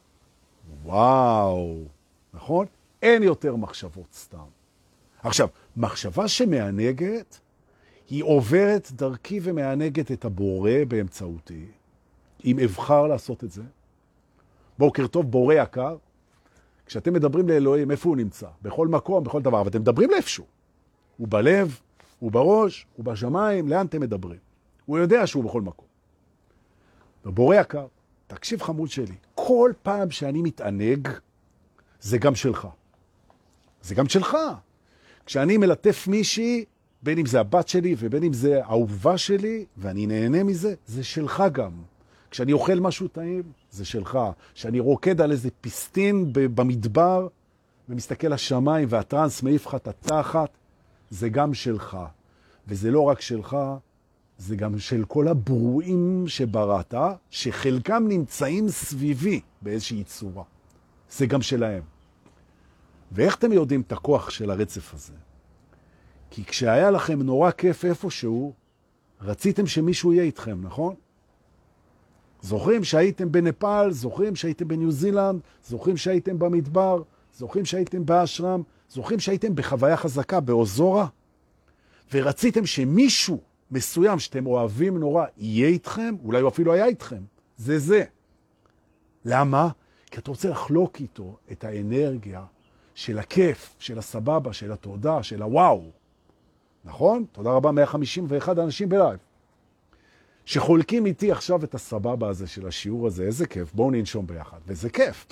וואו, נכון? אין יותר מחשבות סתם. עכשיו, מחשבה שמענגת, היא עוברת דרכי ומענגת את הבורא באמצעותי, אם אבחר לעשות את זה. בוקר טוב, בורא יקר. כשאתם מדברים לאלוהים, איפה הוא נמצא? בכל מקום, בכל דבר, אבל אתם מדברים לאיפשהו. הוא בלב, הוא בראש, הוא בשמיים, לאן אתם מדברים? הוא יודע שהוא בכל מקום. ובורא יקר, תקשיב חמוד שלי, כל פעם שאני מתענג, זה גם שלך. זה גם שלך. כשאני מלטף מישהי, בין אם זה הבת שלי ובין אם זה האהובה שלי, ואני נהנה מזה, זה שלך גם. כשאני אוכל משהו טעים, זה שלך. כשאני רוקד על איזה פיסטין במדבר, ומסתכל לשמיים והטרנס מעיף לך את התחת, זה גם שלך. וזה לא רק שלך, זה גם של כל הברואים שבראת, שחלקם נמצאים סביבי באיזושהי צורה. זה גם שלהם. ואיך אתם יודעים את הכוח של הרצף הזה? כי כשהיה לכם נורא כיף איפשהו, רציתם שמישהו יהיה איתכם, נכון? זוכרים שהייתם בנפאל, זוכרים שהייתם בניו זילנד, זוכרים שהייתם במדבר, זוכרים שהייתם באשרם, זוכרים שהייתם בחוויה חזקה, באוזורה, ורציתם שמישהו מסוים שאתם אוהבים נורא יהיה איתכם, אולי הוא אפילו היה איתכם. זה זה. למה? כי אתה רוצה לחלוק איתו את האנרגיה של הכיף, של הסבבה, של התודה, של הוואו. נכון? תודה רבה, מאה חמישים ואחד אנשים בלייב. שחולקים איתי עכשיו את הסבבה הזה של השיעור הזה, איזה כיף, בואו ננשום ביחד, וזה כיף.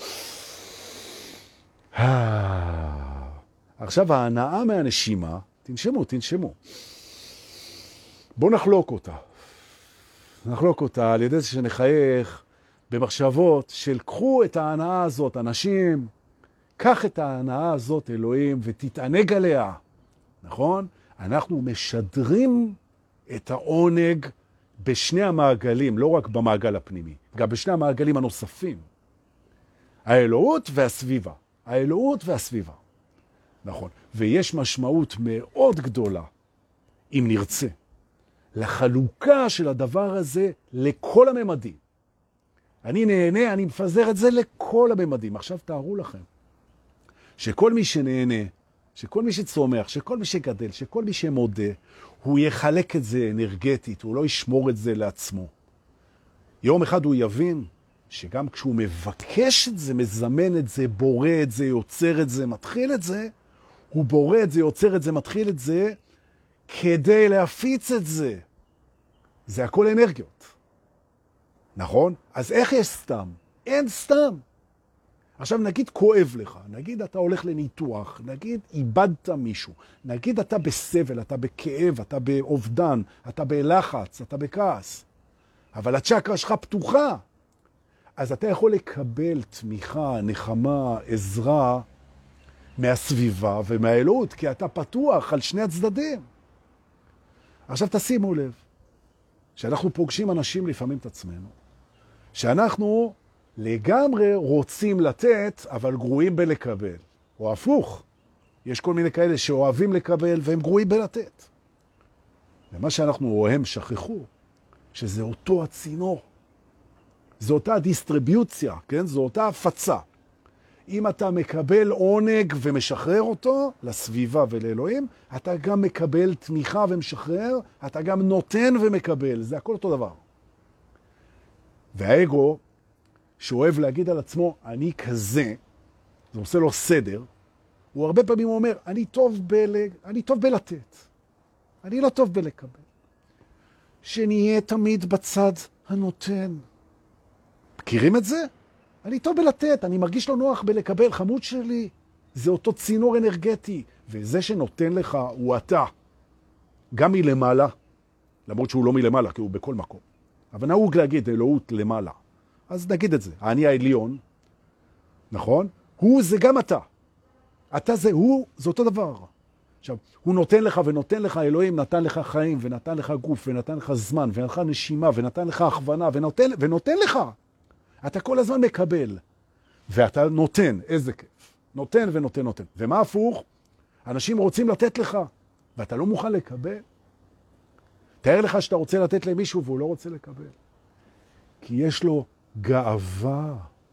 עכשיו ההנאה מהנשימה, תנשמו, תנשמו. בואו נחלוק אותה. נחלוק אותה על ידי זה שנחייך במחשבות של קחו את ההנאה הזאת, אנשים, קח את ההנאה הזאת, אלוהים, ותתענג עליה. נכון? אנחנו משדרים את העונג בשני המעגלים, לא רק במעגל הפנימי, גם בשני המעגלים הנוספים. האלוהות והסביבה. האלוהות והסביבה. נכון. ויש משמעות מאוד גדולה, אם נרצה, לחלוקה של הדבר הזה לכל הממדים. אני נהנה, אני מפזר את זה לכל הממדים. עכשיו תארו לכם, שכל מי שנהנה, שכל מי שצומח, שכל מי שגדל, שכל מי שמודה, הוא יחלק את זה אנרגטית, הוא לא ישמור את זה לעצמו. יום אחד הוא יבין שגם כשהוא מבקש את זה, מזמן את זה, בורא את זה, יוצר את זה, מתחיל את זה, הוא בורא את זה, יוצר את זה, מתחיל את זה, כדי להפיץ את זה. זה הכל אנרגיות. נכון? אז איך יש סתם? אין סתם. עכשיו נגיד כואב לך, נגיד אתה הולך לניתוח, נגיד איבדת מישהו, נגיד אתה בסבל, אתה בכאב, אתה באובדן, אתה בלחץ, אתה בכעס, אבל הצ'קרה שלך פתוחה. אז אתה יכול לקבל תמיכה, נחמה, עזרה מהסביבה ומהאלוהות, כי אתה פתוח על שני הצדדים. עכשיו תשימו לב, שאנחנו פוגשים אנשים לפעמים את עצמנו, שאנחנו לגמרי רוצים לתת, אבל גרועים בלקבל. או הפוך, יש כל מיני כאלה שאוהבים לקבל והם גרועים בלתת. ומה שאנחנו רואים שכחו, שזה אותו הצינור. זו אותה דיסטריביוציה, כן? זו אותה הפצה. אם אתה מקבל עונג ומשחרר אותו לסביבה ולאלוהים, אתה גם מקבל תמיכה ומשחרר, אתה גם נותן ומקבל. זה הכל אותו דבר. והאגו, שאוהב להגיד על עצמו, אני כזה, זה עושה לו סדר, הוא הרבה פעמים אומר, אני טוב, בל... אני טוב בלתת. אני לא טוב בלקבל. שנהיה תמיד בצד הנותן. מכירים את זה? אני טוב בלתת, אני מרגיש לא נוח בלקבל, חמוד שלי. זה אותו צינור אנרגטי, וזה שנותן לך הוא אתה. גם מלמעלה, למרות שהוא לא מלמעלה, כי הוא בכל מקום. אבל נהוג להגיד, אלוהות למעלה. אז נגיד את זה, אני העליון, נכון? הוא זה גם אתה. אתה זה הוא, זה אותו דבר. עכשיו, הוא נותן לך ונותן לך, אלוהים נתן לך חיים, ונתן לך גוף, ונתן לך זמן, ונתן לך נשימה, ונתן לך הכוונה, ונותן, ונותן לך. אתה כל הזמן מקבל, ואתה נותן, איזה כיף. נותן ונותן נותן. ומה הפוך? אנשים רוצים לתת לך, ואתה לא מוכן לקבל. תאר לך שאתה רוצה לתת למישהו, והוא לא רוצה לקבל. כי יש לו גאווה.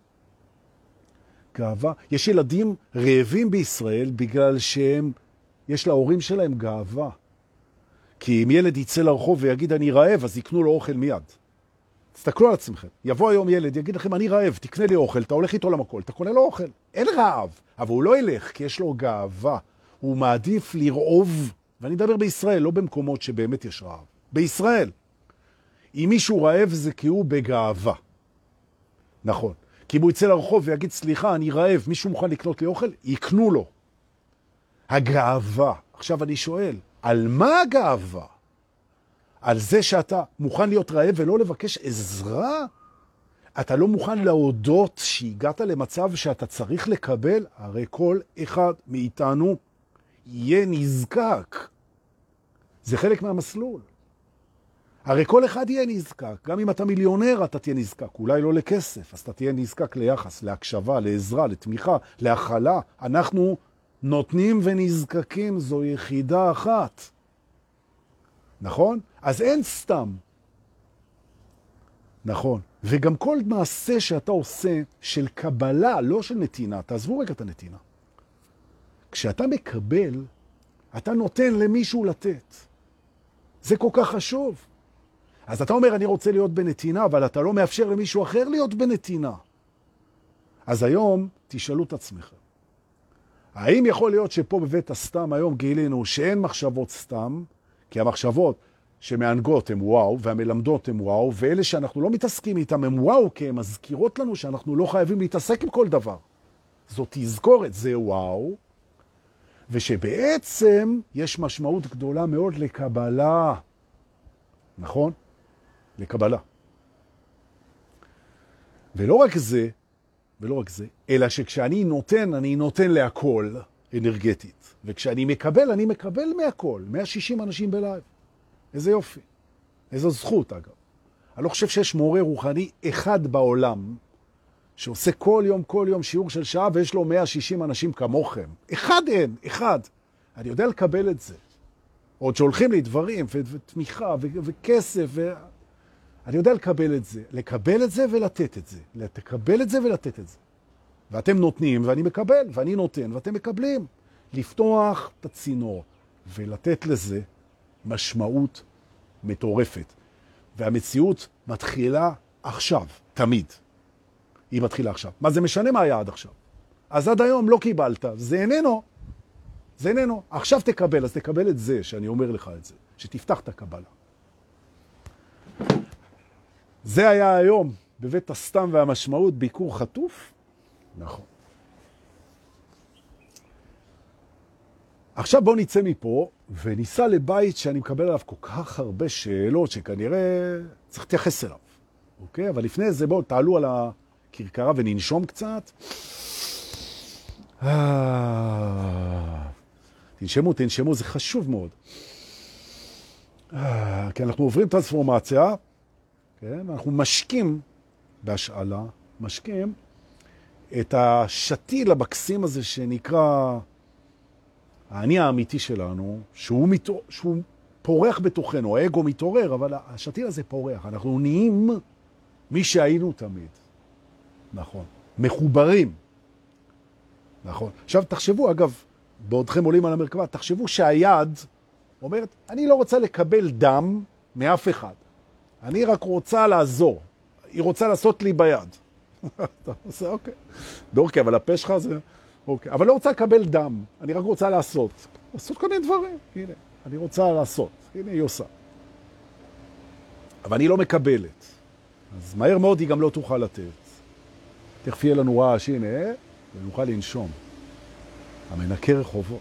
גאווה. יש ילדים רעבים בישראל בגלל שהם, יש להורים שלהם גאווה. כי אם ילד יצא לרחוב ויגיד אני רעב, אז יקנו לו אוכל מיד. תסתכלו על עצמכם. יבוא היום ילד, יגיד לכם אני רעב, תקנה לי אוכל, אתה הולך איתו למקול, אתה קונה לו אוכל. אין רעב, אבל הוא לא ילך כי יש לו גאווה. הוא מעדיף לרעוב, ואני מדבר בישראל, לא במקומות שבאמת יש רעב. בישראל. אם מישהו רעב זה כי הוא בגאווה. נכון. כי אם הוא יצא לרחוב ויגיד, סליחה, אני רעב, מישהו מוכן לקנות לי אוכל? יקנו לו. הגאווה. עכשיו אני שואל, על מה הגאווה? על זה שאתה מוכן להיות רעב ולא לבקש עזרה? אתה לא מוכן להודות שהגעת למצב שאתה צריך לקבל? הרי כל אחד מאיתנו יהיה נזקק. זה חלק מהמסלול. הרי כל אחד יהיה נזקק. גם אם אתה מיליונר, אתה תהיה נזקק. אולי לא לכסף, אז אתה תהיה נזקק ליחס, להקשבה, לעזרה, לתמיכה, להכלה. אנחנו נותנים ונזקקים, זו יחידה אחת. נכון? אז אין סתם. נכון. וגם כל מעשה שאתה עושה של קבלה, לא של נתינה, תעזבו רגע את הנתינה. כשאתה מקבל, אתה נותן למישהו לתת. זה כל כך חשוב. אז אתה אומר, אני רוצה להיות בנתינה, אבל אתה לא מאפשר למישהו אחר להיות בנתינה. אז היום תשאלו את עצמכם. האם יכול להיות שפה בבית הסתם היום גילינו שאין מחשבות סתם, כי המחשבות שמענגות הן וואו, והמלמדות הן וואו, ואלה שאנחנו לא מתעסקים איתם הן וואו, כי הן מזכירות לנו שאנחנו לא חייבים להתעסק עם כל דבר. זאת תזכורת, זה וואו, ושבעצם יש משמעות גדולה מאוד לקבלה. נכון? לקבלה. ולא רק זה, ולא רק זה, אלא שכשאני נותן, אני נותן להכל אנרגטית. וכשאני מקבל, אני מקבל מהכל. מאה ושישים אנשים בלייב. איזה יופי. איזו זכות, אגב. אני לא חושב שיש מורה רוחני אחד בעולם שעושה כל יום, כל יום שיעור של שעה, ויש לו מאה ושישים אנשים כמוכם. אחד אין, אחד. אני יודע לקבל את זה. עוד שהולכים לי דברים, ו- ותמיכה, ו- וכסף, ו... אני יודע לקבל את זה. לקבל את זה ולתת את זה. לקבל את זה ולתת את זה. ואתם נותנים, ואני מקבל, ואני נותן, ואתם מקבלים. לפתוח את הצינור, ולתת לזה משמעות מטורפת. והמציאות מתחילה עכשיו, תמיד. היא מתחילה עכשיו. מה זה משנה מה היה עד עכשיו? אז עד היום לא קיבלת, זה איננו. זה איננו. עכשיו תקבל, אז תקבל את זה, שאני אומר לך את זה, שתפתח את הקבלה. זה היה היום, בבית הסתם והמשמעות, ביקור חטוף? נכון. עכשיו בוא נצא מפה, וניסע לבית שאני מקבל עליו כל כך הרבה שאלות, שכנראה צריך להתייחס אליו. אוקיי? אבל לפני זה בואו תעלו על הכרכרה וננשום קצת. תנשמו, תנשמו, זה חשוב מאוד. כי אנחנו עוברים טרנספורמציה, כן? אנחנו משקים בהשאלה, משקים את השתיל הבקסים הזה שנקרא האני האמיתי שלנו, שהוא, מת... שהוא פורח בתוכנו, האגו מתעורר, אבל השתיל הזה פורח. אנחנו נהיים מי שהיינו תמיד. נכון. מחוברים. נכון. עכשיו תחשבו, אגב, בעודכם עולים על המרכבה, תחשבו שהיד אומרת, אני לא רוצה לקבל דם מאף אחד. אני רק רוצה לעזור. היא רוצה לעשות לי ביד. אתה עושה, אוקיי. דורקי, אבל הפה שלך זה... אוקיי. אבל לא רוצה לקבל דם. אני רק רוצה לעשות. לעשות כל מיני דברים. הנה, אני רוצה לעשות. הנה, היא עושה. אבל אני לא מקבלת. אז מהר מאוד היא גם לא תוכל לתת. תכף יהיה לנו רעש, הנה, ונוכל לנשום. המנקה רחובות.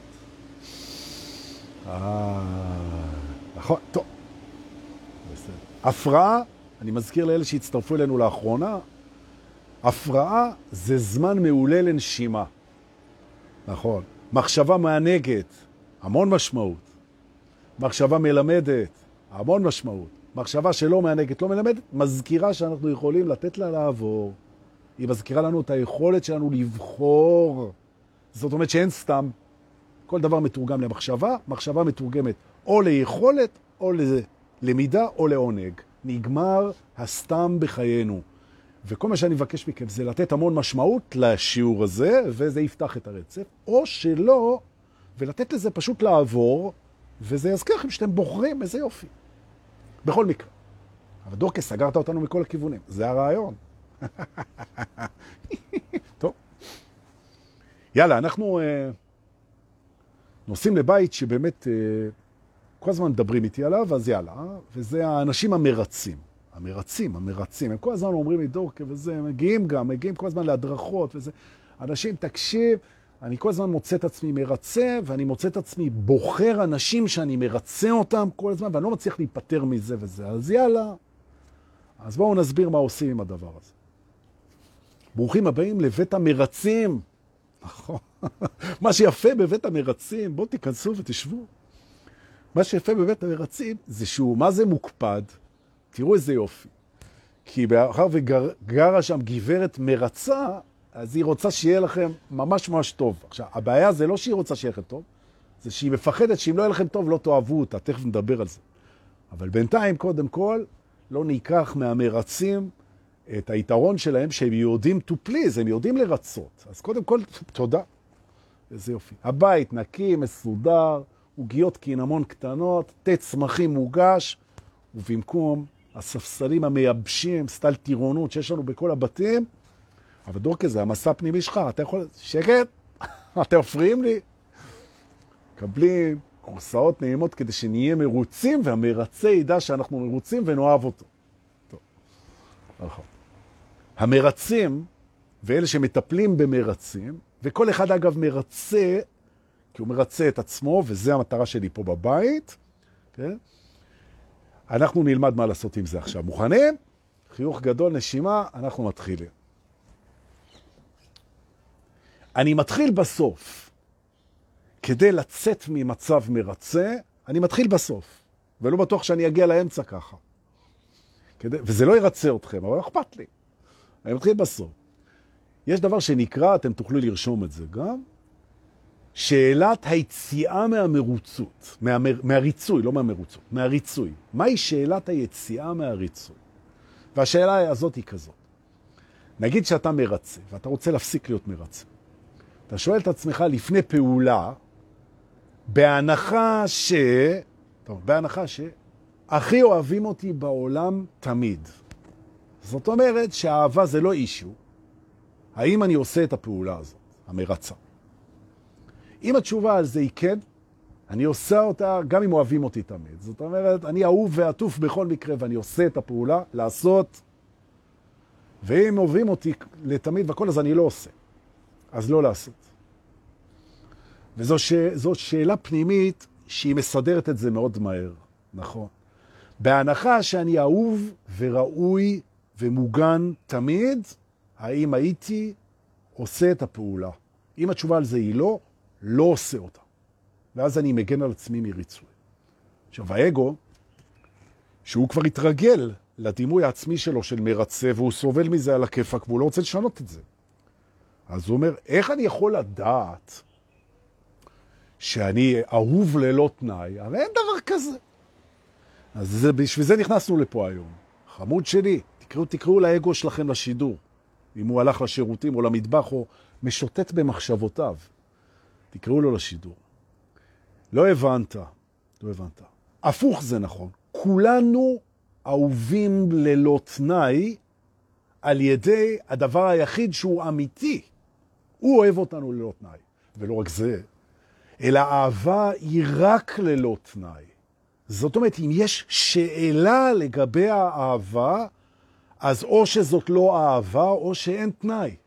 אה... נכון, טוב. בסדר. הפרעה, אני מזכיר לאלה שהצטרפו אלינו לאחרונה, הפרעה זה זמן מעולה לנשימה. נכון. מחשבה מענגת, המון משמעות. מחשבה מלמדת, המון משמעות. מחשבה שלא מענגת, לא מלמדת, מזכירה שאנחנו יכולים לתת לה לעבור. היא מזכירה לנו את היכולת שלנו לבחור. זאת אומרת שאין סתם. כל דבר מתורגם למחשבה, מחשבה מתורגמת או ליכולת, או ללמידה, או לעונג. נגמר הסתם בחיינו. וכל מה שאני מבקש מכם זה לתת המון משמעות לשיעור הזה, וזה יפתח את הרצף, או שלא, ולתת לזה פשוט לעבור, וזה יזכיר לכם שאתם בוחרים, איזה יופי. בכל מקרה. אבל דורקה, סגרת אותנו מכל הכיוונים. זה הרעיון. טוב. יאללה, אנחנו אה, נוסעים לבית שבאמת אה, כל הזמן מדברים איתי עליו, אז יאללה. וזה האנשים המרצים. המרצים, המרצים. הם כל הזמן אומרים לי דורקה וזה, הם מגיעים גם, מגיעים כל הזמן להדרכות וזה. אנשים, תקשיב, אני כל הזמן מוצא את עצמי מרצה, ואני מוצא את עצמי בוחר אנשים שאני מרצה אותם כל הזמן, ואני לא מצליח להיפטר מזה וזה. אז יאללה. אז בואו נסביר מה עושים עם הדבר הזה. ברוכים הבאים לבית המרצים. נכון. מה שיפה בבית המרצים, בואו תיכנסו ותשבו. מה שיפה בבית המרצים זה שהוא, מה זה מוקפד? תראו איזה יופי. כי באחר וגרה שם גברת מרצה, אז היא רוצה שיהיה לכם ממש ממש טוב. עכשיו, הבעיה זה לא שהיא רוצה שיהיה לכם טוב, זה שהיא מפחדת שאם לא יהיה לכם טוב לא תאהבו אותה, תכף נדבר על זה. אבל בינתיים, קודם כל, לא ניקח מהמרצים את היתרון שלהם שהם יודעים to please, הם יודעים לרצות. אז קודם כל, תודה. איזה יופי. הבית נקי, מסודר, עוגיות קינמון קטנות, תת צמחים מוגש, ובמקום הספסלים המייבשים, סטל טירונות שיש לנו בכל הבתים, אבל דורקה, זה המסע הפנימי שלך, אתה יכול... שקט? אתם מפריעים לי? קבלים קורסאות נעימות כדי שנהיה מרוצים, והמרצה ידע שאנחנו מרוצים ונאהב אותו. טוב. נכון. המרצים, ואלה שמטפלים במרצים, וכל אחד אגב מרצה, כי הוא מרצה את עצמו, וזה המטרה שלי פה בבית, כן? אנחנו נלמד מה לעשות עם זה עכשיו. מוכנים? חיוך גדול, נשימה, אנחנו מתחילים. אני מתחיל בסוף. כדי לצאת ממצב מרצה, אני מתחיל בסוף. ולא בטוח שאני אגיע לאמצע ככה. כדי, וזה לא ירצה אתכם, אבל אכפת לי. אני מתחיל בסוף. יש דבר שנקרא, אתם תוכלו לרשום את זה גם, שאלת היציאה מהמרוצות, מהמר, מהריצוי, לא מהמרוצות, מהריצוי. מהי שאלת היציאה מהריצוי? והשאלה הזאת היא כזאת. נגיד שאתה מרצה, ואתה רוצה להפסיק להיות מרצה. אתה שואל את עצמך לפני פעולה, בהנחה ש... טוב, בהנחה ש... הכי אוהבים אותי בעולם תמיד. זאת אומרת שהאהבה זה לא אישו. האם אני עושה את הפעולה הזאת, המרצה? אם התשובה על זה היא כן, אני עושה אותה גם אם אוהבים אותי תמיד. זאת אומרת, אני אהוב ועטוף בכל מקרה, ואני עושה את הפעולה, לעשות, ואם אוהבים אותי לתמיד וכל, אז אני לא עושה. אז לא לעשות. וזו ש... זו שאלה פנימית שהיא מסדרת את זה מאוד מהר, נכון? בהנחה שאני אהוב וראוי ומוגן תמיד, האם הייתי עושה את הפעולה? אם התשובה על זה היא לא, לא עושה אותה. ואז אני מגן על עצמי מריצוי. עכשיו, האגו, שהוא כבר התרגל לדימוי העצמי שלו של מרצה, והוא סובל מזה על הכיפק, והוא לא רוצה לשנות את זה. אז הוא אומר, איך אני יכול לדעת שאני אהוב ללא תנאי? הרי אין דבר כזה. אז זה, בשביל זה נכנסנו לפה היום. חמוד שלי, תקראו, תקראו לאגו שלכם לשידור. אם הוא הלך לשירותים או למטבח או משוטט במחשבותיו. תקראו לו לשידור. לא הבנת, לא הבנת. הפוך זה נכון. כולנו אהובים ללא תנאי על ידי הדבר היחיד שהוא אמיתי. הוא אוהב אותנו ללא תנאי. ולא רק זה, אלא אהבה היא רק ללא תנאי. זאת אומרת, אם יש שאלה לגבי האהבה, אז או שזאת לא אהבה או שאין תנאי.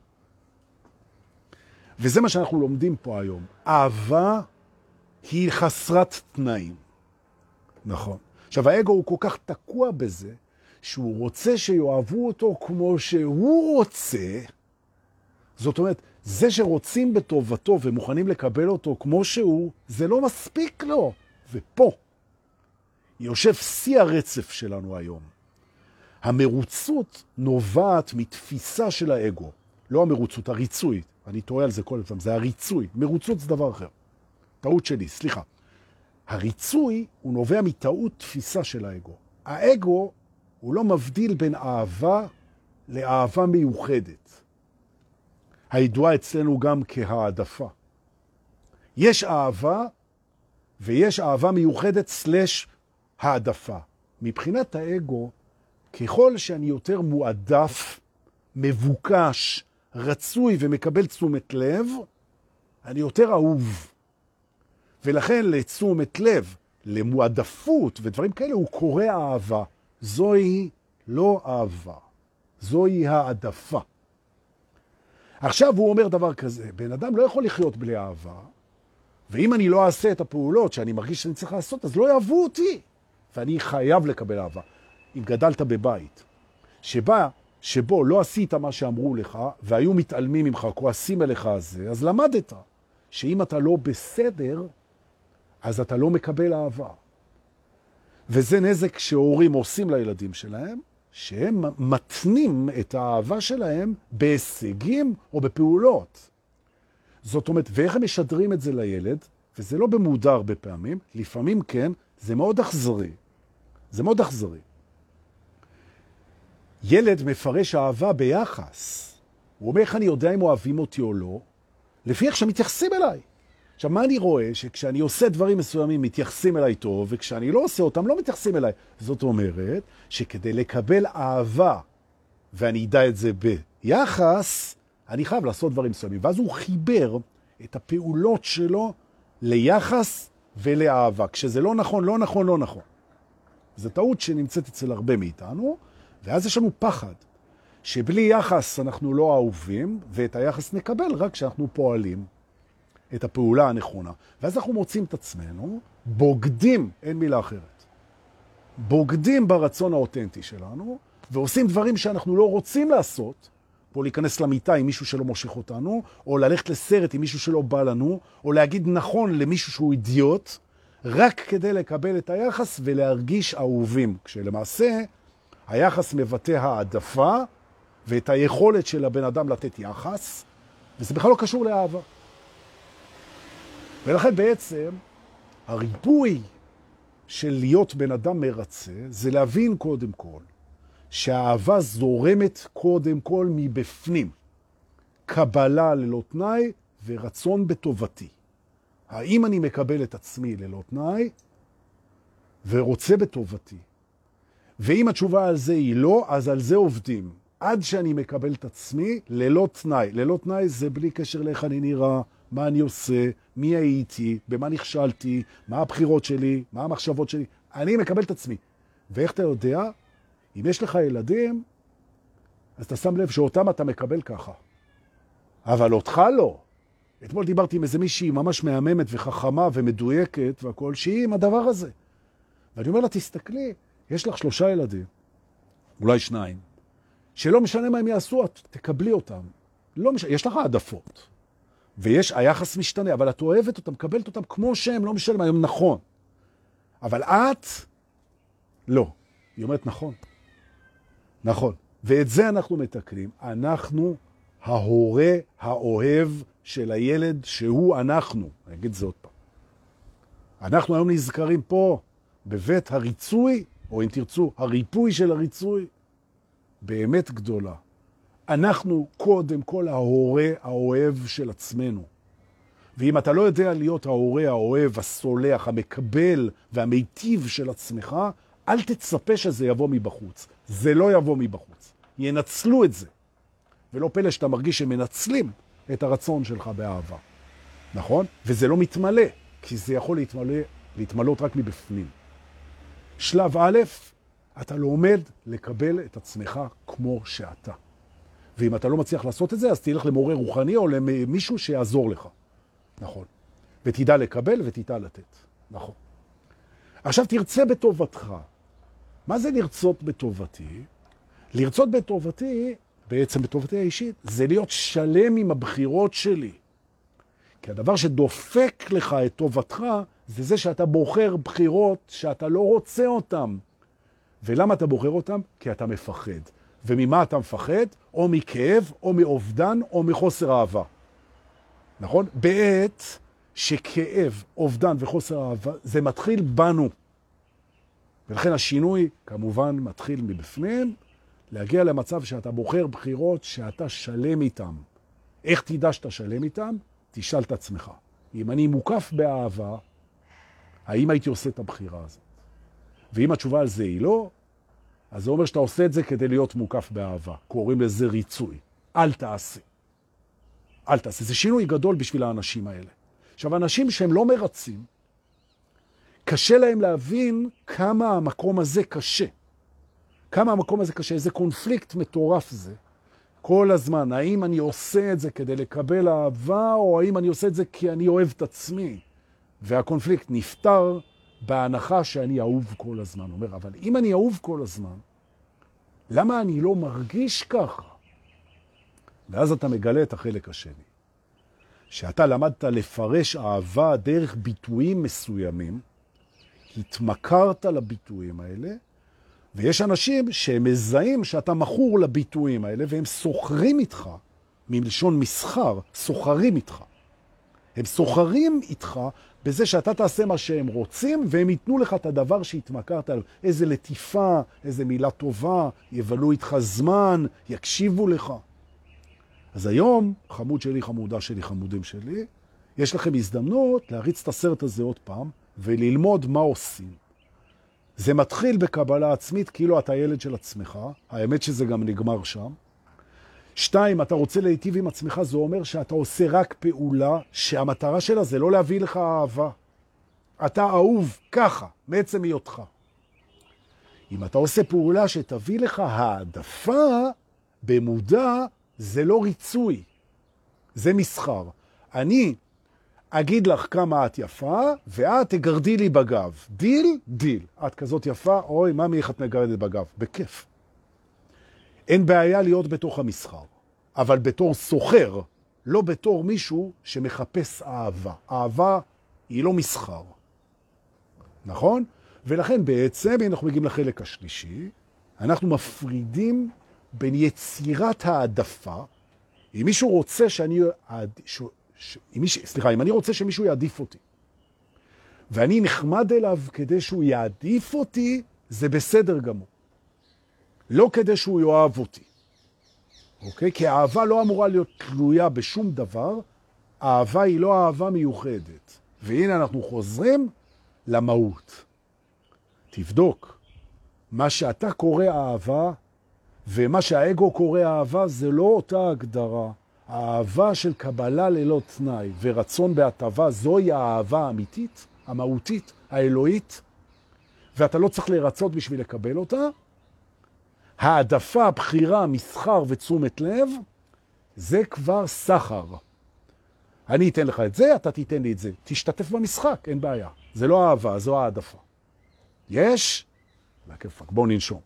וזה מה שאנחנו לומדים פה היום. אהבה היא חסרת תנאים. נכון. עכשיו, האגו הוא כל כך תקוע בזה, שהוא רוצה שיואהבו אותו כמו שהוא רוצה. זאת אומרת, זה שרוצים בטובתו ומוכנים לקבל אותו כמו שהוא, זה לא מספיק לו. ופה יושב שיא הרצף שלנו היום. המרוצות נובעת מתפיסה של האגו. לא המרוצות, הריצוי. אני טועה על זה כל הזמן, זה הריצוי. מרוצות זה דבר אחר. טעות שלי, סליחה. הריצוי הוא נובע מטעות תפיסה של האגו. האגו הוא לא מבדיל בין אהבה לאהבה מיוחדת. הידועה אצלנו גם כהעדפה. יש אהבה ויש אהבה מיוחדת סלש העדפה. מבחינת האגו, ככל שאני יותר מועדף, מבוקש, רצוי ומקבל תשומת לב, אני יותר אהוב. ולכן לתשומת לב, למועדפות ודברים כאלה, הוא קורא אהבה. זוהי לא אהבה. זוהי העדפה. עכשיו הוא אומר דבר כזה, בן אדם לא יכול לחיות בלי אהבה, ואם אני לא אעשה את הפעולות שאני מרגיש שאני צריך לעשות, אז לא יאהבו אותי. ואני חייב לקבל אהבה. אם גדלת בבית, שבה, שבו לא עשית מה שאמרו לך, והיו מתעלמים ממך, כועסים עליך הזה, אז למדת שאם אתה לא בסדר, אז אתה לא מקבל אהבה. וזה נזק שהורים עושים לילדים שלהם, שהם מתנים את האהבה שלהם בהישגים או בפעולות. זאת אומרת, ואיך הם משדרים את זה לילד, וזה לא במודע הרבה פעמים, לפעמים כן, זה מאוד אכזרי. זה מאוד אכזרי. ילד מפרש אהבה ביחס. הוא אומר איך אני יודע אם אוהבים אותי או לא, לפי איך שמתייחסים אליי. עכשיו, מה אני רואה? שכשאני עושה דברים מסוימים מתייחסים אליי טוב, וכשאני לא עושה אותם לא מתייחסים אליי. זאת אומרת שכדי לקבל אהבה, ואני אדע את זה ביחס, אני חייב לעשות דברים מסוימים. ואז הוא חיבר את הפעולות שלו ליחס ולאהבה. כשזה לא נכון, לא נכון, לא נכון. זו טעות שנמצאת אצל הרבה מאיתנו, ואז יש לנו פחד, שבלי יחס אנחנו לא אהובים, ואת היחס נקבל רק כשאנחנו פועלים את הפעולה הנכונה. ואז אנחנו מוצאים את עצמנו, בוגדים, אין מילה אחרת, בוגדים ברצון האותנטי שלנו, ועושים דברים שאנחנו לא רוצים לעשות, פה להיכנס למיטה עם מישהו שלא מושך אותנו, או ללכת לסרט עם מישהו שלא בא לנו, או להגיד נכון למישהו שהוא אידיוט, רק כדי לקבל את היחס ולהרגיש אהובים, כשלמעשה היחס מבטא העדפה ואת היכולת של הבן אדם לתת יחס, וזה בכלל לא קשור לאהבה. ולכן בעצם הריבוי של להיות בן אדם מרצה זה להבין קודם כל שהאהבה זורמת קודם כל מבפנים. קבלה ללא תנאי ורצון בטובתי. האם אני מקבל את עצמי ללא תנאי ורוצה בטובתי, ואם התשובה על זה היא לא, אז על זה עובדים. עד שאני מקבל את עצמי ללא תנאי. ללא תנאי זה בלי קשר לאיך אני נראה, מה אני עושה, מי הייתי, במה נכשלתי, מה הבחירות שלי, מה המחשבות שלי. אני מקבל את עצמי. ואיך אתה יודע? אם יש לך ילדים, אז אתה שם לב שאותם אתה מקבל ככה. אבל אותך לא. אתמול דיברתי עם איזה מישהי ממש מהממת וחכמה ומדויקת והכל, שהיא עם הדבר הזה. ואני אומר לה, תסתכלי, יש לך שלושה ילדים, אולי שניים, שלא משנה מה הם יעשו, את תקבלי אותם. לא משנה, יש לך העדפות. ויש, היחס משתנה, אבל את אוהבת אותם, מקבלת אותם כמו שהם, לא משנה מה, הם נכון. אבל את, לא. היא אומרת, נכון. נכון. ואת זה אנחנו מתקנים. אנחנו ההורה האוהב של הילד שהוא אנחנו. אני אגיד זה עוד פעם. אנחנו היום נזכרים פה בבית הריצוי, או אם תרצו, הריפוי של הריצוי, באמת גדולה. אנחנו קודם כל ההורה האוהב של עצמנו. ואם אתה לא יודע להיות ההורה האוהב, הסולח, המקבל והמיטיב של עצמך, אל תצפה שזה יבוא מבחוץ. זה לא יבוא מבחוץ. ינצלו את זה. ולא פלא שאתה מרגיש שמנצלים את הרצון שלך באהבה. נכון? וזה לא מתמלא, כי זה יכול להתמלא, להתמלות רק מבפנים. שלב א', אתה לומד לקבל את עצמך כמו שאתה. ואם אתה לא מצליח לעשות את זה, אז תלך למורה רוחני או למישהו שיעזור לך. נכון. ותדע לקבל ותדע לתת. נכון. עכשיו תרצה בטובתך. מה זה לרצות בטובתי? לרצות בטובתי, בעצם בטובתי האישית, זה להיות שלם עם הבחירות שלי. כי הדבר שדופק לך את טובתך, זה זה שאתה בוחר בחירות שאתה לא רוצה אותן. ולמה אתה בוחר אותן? כי אתה מפחד. וממה אתה מפחד? או מכאב, או מאובדן, או מחוסר אהבה. נכון? בעת שכאב, אובדן וחוסר אהבה, זה מתחיל בנו. ולכן השינוי כמובן מתחיל מבפנים, להגיע למצב שאתה בוחר בחירות שאתה שלם איתם. איך תדע שאתה שלם איתם? תשאל את עצמך. אם אני מוקף באהבה, האם הייתי עושה את הבחירה הזאת? ואם התשובה על זה היא לא, אז זה אומר שאתה עושה את זה כדי להיות מוקף באהבה. קוראים לזה ריצוי. אל תעשה. אל תעשה. זה שינוי גדול בשביל האנשים האלה. עכשיו, אנשים שהם לא מרצים, קשה להם להבין כמה המקום הזה קשה. כמה המקום הזה קשה. איזה קונפליקט מטורף זה. כל הזמן, האם אני עושה את זה כדי לקבל אהבה, או האם אני עושה את זה כי אני אוהב את עצמי? והקונפליקט נפטר בהנחה שאני אהוב כל הזמן. אומר, אבל אם אני אהוב כל הזמן, למה אני לא מרגיש ככה? ואז אתה מגלה את החלק השני. שאתה למדת לפרש אהבה דרך ביטויים מסוימים, התמכרת לביטויים האלה, ויש אנשים שהם מזהים שאתה מכור לביטויים האלה, והם סוחרים איתך, מלשון מסחר, סוחרים איתך. הם סוחרים איתך בזה שאתה תעשה מה שהם רוצים, והם ייתנו לך את הדבר שהתמכרת עליו. איזה לטיפה, איזה מילה טובה, יבלו איתך זמן, יקשיבו לך. אז היום, חמוד שלי, חמודה שלי, חמודים שלי, יש לכם הזדמנות להריץ את הסרט הזה עוד פעם, וללמוד מה עושים. זה מתחיל בקבלה עצמית, כאילו אתה ילד של עצמך, האמת שזה גם נגמר שם. שתיים, אתה רוצה להיטיב עם עצמך, זה אומר שאתה עושה רק פעולה, שהמטרה שלה זה לא להביא לך אהבה. אתה אהוב ככה, מעצם היותך. אם אתה עושה פעולה שתביא לך העדפה, במודע, זה לא ריצוי, זה מסחר. אני אגיד לך כמה את יפה, ואת תגרדי לי בגב. דיל? דיל. את כזאת יפה, אוי, מה מי איך את מגרדת בגב? בכיף. אין בעיה להיות בתוך המסחר, אבל בתור סוחר, לא בתור מישהו שמחפש אהבה. אהבה היא לא מסחר. נכון? ולכן בעצם, אנחנו מגיעים לחלק השלישי, אנחנו מפרידים בין יצירת העדפה, אם מישהו רוצה שאני... ש... ש... אם מיש... סליחה, אם אני רוצה שמישהו יעדיף אותי, ואני נחמד אליו כדי שהוא יעדיף אותי, זה בסדר גמור. לא כדי שהוא יאהב אותי. אוקיי? כי האהבה לא אמורה להיות תלויה בשום דבר, האהבה היא לא אהבה מיוחדת. והנה אנחנו חוזרים למהות. תבדוק. מה שאתה קורא אהבה, ומה שהאגו קורא אהבה, זה לא אותה הגדרה. האהבה של קבלה ללא תנאי ורצון בהטבה, זוהי האהבה האמיתית, המהותית, האלוהית, ואתה לא צריך לרצות בשביל לקבל אותה. העדפה, בחירה, מסחר ותשומת לב, זה כבר סחר. אני אתן לך את זה, אתה תיתן לי את זה. תשתתף במשחק, אין בעיה. זה לא אהבה, זו העדפה. יש? לכיפק, בואו ננשום.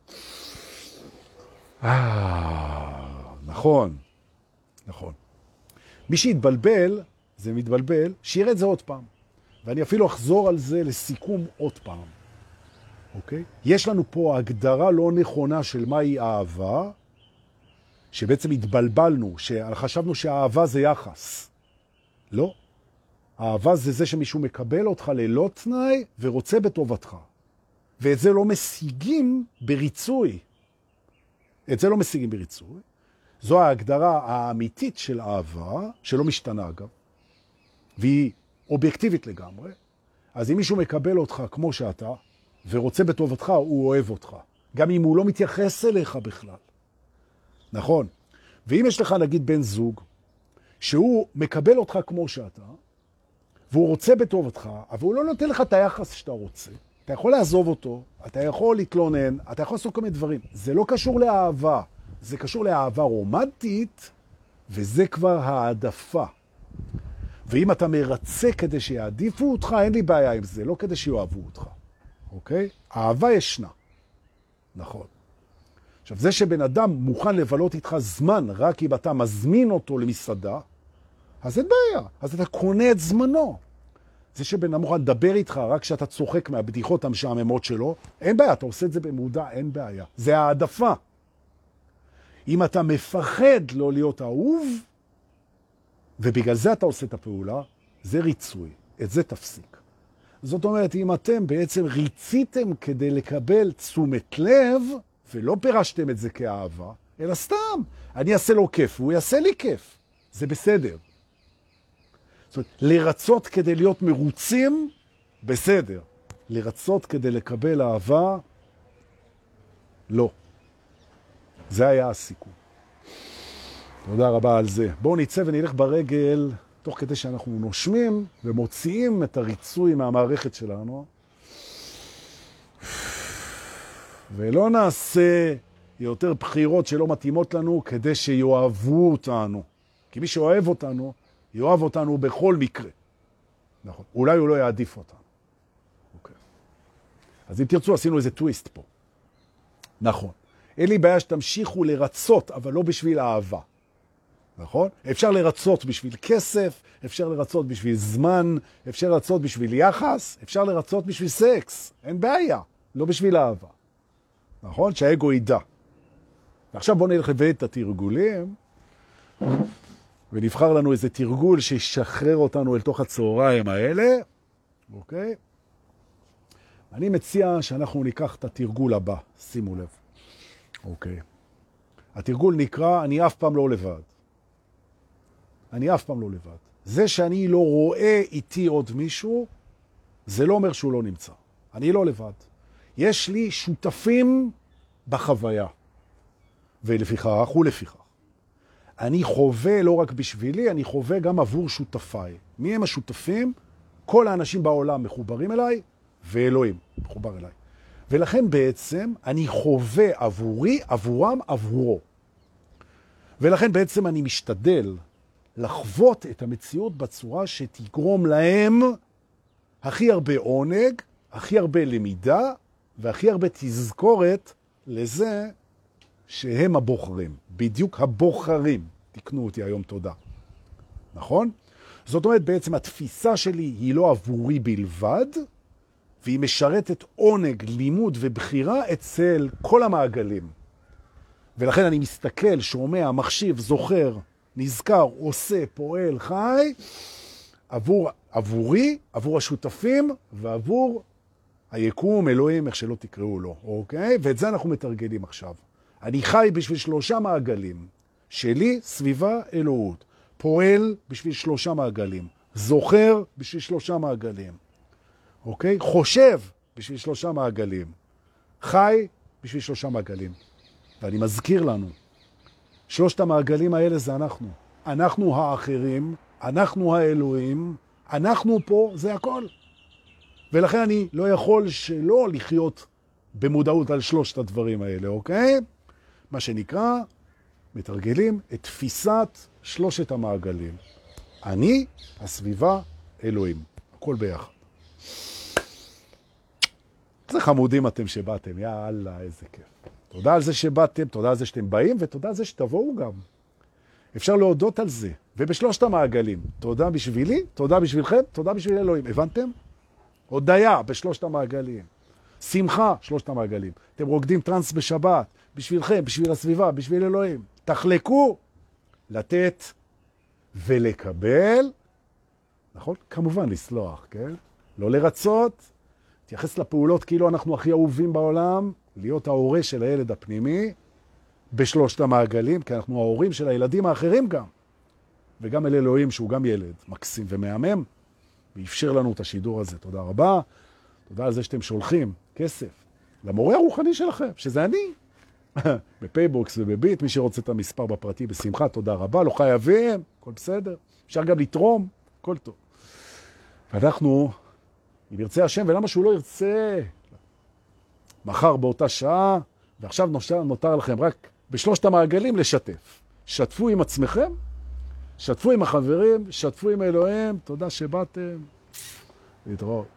אה, נכון, נכון. מי שיתבלבל, זה מתבלבל, שיראה את זה עוד פעם. ואני אפילו אחזור על זה לסיכום עוד פעם. אוקיי? יש לנו פה הגדרה לא נכונה של מהי אהבה, שבעצם התבלבלנו, שחשבנו שהאהבה זה יחס. לא. אהבה זה זה שמישהו מקבל אותך ללא תנאי ורוצה בטובתך. ואת זה לא משיגים בריצוי. את זה לא משיגים בריצוי. זו ההגדרה האמיתית של אהבה, שלא משתנה אגב, והיא אובייקטיבית לגמרי. אז אם מישהו מקבל אותך כמו שאתה, ורוצה בטובתך, הוא אוהב אותך. גם אם הוא לא מתייחס אליך בכלל. נכון. ואם יש לך נגיד בן זוג, שהוא מקבל אותך כמו שאתה, והוא רוצה בטובתך, אבל הוא לא נותן לך את היחס שאתה רוצה. אתה יכול לעזוב אותו, אתה יכול להתלונן, אתה יכול לעשות כל מיני דברים. זה לא קשור לאהבה, זה קשור לאהבה רומנטית, וזה כבר העדפה. ואם אתה מרצה כדי שיעדיפו אותך, אין לי בעיה עם זה, לא כדי שיאהבו אותך. אוקיי? אהבה ישנה. נכון. עכשיו, זה שבן אדם מוכן לבלות איתך זמן, רק אם אתה מזמין אותו למסעדה, אז אין בעיה. אז אתה קונה את זמנו. זה שבן אדם מוכן לדבר איתך, רק כשאתה צוחק מהבדיחות המשעממות שלו, אין בעיה, אתה עושה את זה במודע, אין בעיה. זה העדפה. אם אתה מפחד לא להיות אהוב, ובגלל זה אתה עושה את הפעולה, זה ריצוי. את זה תפסיק. זאת אומרת, אם אתם בעצם ריציתם כדי לקבל תשומת לב, ולא פירשתם את זה כאהבה, אלא סתם, אני אעשה לו כיף, והוא יעשה לי כיף. זה בסדר. זאת אומרת, לרצות כדי להיות מרוצים, בסדר. לרצות כדי לקבל אהבה, לא. זה היה הסיכום. תודה רבה על זה. בואו נצא ונלך ברגל, תוך כדי שאנחנו נושמים ומוציאים את הריצוי מהמערכת שלנו. ולא נעשה יותר בחירות שלא מתאימות לנו כדי שיואהבו אותנו. כי מי שאוהב אותנו, יאהב אותנו בכל מקרה. נכון. אולי הוא לא יעדיף אותנו. אוקיי. אז אם תרצו, עשינו איזה טוויסט פה. נכון. אין לי בעיה שתמשיכו לרצות, אבל לא בשביל אהבה. נכון? אפשר לרצות בשביל כסף, אפשר לרצות בשביל זמן, אפשר לרצות בשביל יחס, אפשר לרצות בשביל סקס. אין בעיה. לא בשביל אהבה. נכון? שהאגו ידע. ועכשיו בואו נלך לבית את התרגולים, ונבחר לנו איזה תרגול שישחרר אותנו אל תוך הצהריים האלה. אוקיי? אני מציע שאנחנו ניקח את התרגול הבא. שימו לב. אוקיי. התרגול נקרא, אני אף פעם לא לבד. אני אף פעם לא לבד. זה שאני לא רואה איתי עוד מישהו, זה לא אומר שהוא לא נמצא. אני לא לבד. יש לי שותפים בחוויה. ולפיכך ולפיכך. אני חווה לא רק בשבילי, אני חווה גם עבור שותפיי. מי הם השותפים? כל האנשים בעולם מחוברים אליי, ואלוהים מחובר אליי. ולכן בעצם אני חווה עבורי, עבורם, עבורו. ולכן בעצם אני משתדל לחוות את המציאות בצורה שתגרום להם הכי הרבה עונג, הכי הרבה למידה, והכי הרבה תזכורת לזה שהם הבוחרים. בדיוק הבוחרים. תקנו אותי היום, תודה. נכון? זאת אומרת, בעצם התפיסה שלי היא לא עבורי בלבד, והיא משרתת עונג, לימוד ובחירה אצל כל המעגלים. ולכן אני מסתכל, שומע, מחשיב, זוכר, נזכר, עושה, פועל, חי, עבור, עבורי, עבור השותפים, ועבור היקום, אלוהים, איך שלא תקראו לו, אוקיי? ואת זה אנחנו מתרגלים עכשיו. אני חי בשביל שלושה מעגלים. שלי, סביבה, אלוהות. פועל בשביל שלושה מעגלים. זוכר בשביל שלושה מעגלים. אוקיי? חושב בשביל שלושה מעגלים. חי בשביל שלושה מעגלים. ואני מזכיר לנו, שלושת המעגלים האלה זה אנחנו. אנחנו האחרים, אנחנו האלוהים, אנחנו פה, זה הכל. ולכן אני לא יכול שלא לחיות במודעות על שלושת הדברים האלה, אוקיי? מה שנקרא, מתרגלים את תפיסת שלושת המעגלים. אני, הסביבה, אלוהים. הכל ביחד. איזה חמודים אתם שבאתם, יאללה, איזה כיף. תודה על זה שבאתם, תודה על זה שאתם באים, ותודה על זה שתבואו גם. אפשר להודות על זה. ובשלושת המעגלים, תודה בשבילי, תודה בשבילכם, תודה בשביל אלוהים. הבנתם? הודיה בשלושת המעגלים. שמחה, שלושת המעגלים. אתם רוקדים טרנס בשבת, בשבילכם, בשביל הסביבה, בשביל אלוהים. תחלקו, לתת ולקבל. נכון? כמובן לסלוח, כן? לא לרצות. תייחס לפעולות כאילו אנחנו הכי אהובים בעולם, להיות ההורה של הילד הפנימי בשלושת המעגלים, כי אנחנו ההורים של הילדים האחרים גם. וגם אל אלוהים שהוא גם ילד מקסים ומהמם, ואפשר לנו את השידור הזה. תודה רבה. תודה על זה שאתם שולחים כסף למורה הרוחני שלכם, שזה אני. בפייבוקס ובביט, מי שרוצה את המספר בפרטי בשמחה, תודה רבה. לא חייבים, הכל בסדר. אפשר גם לתרום, הכל טוב. ואנחנו, אם ירצה השם, ולמה שהוא לא ירצה? מחר באותה שעה, ועכשיו נותר, נותר לכם רק בשלושת המעגלים לשתף. שתפו עם עצמכם, שתפו עם החברים, שתפו עם אלוהים, תודה שבאתם. להתראות.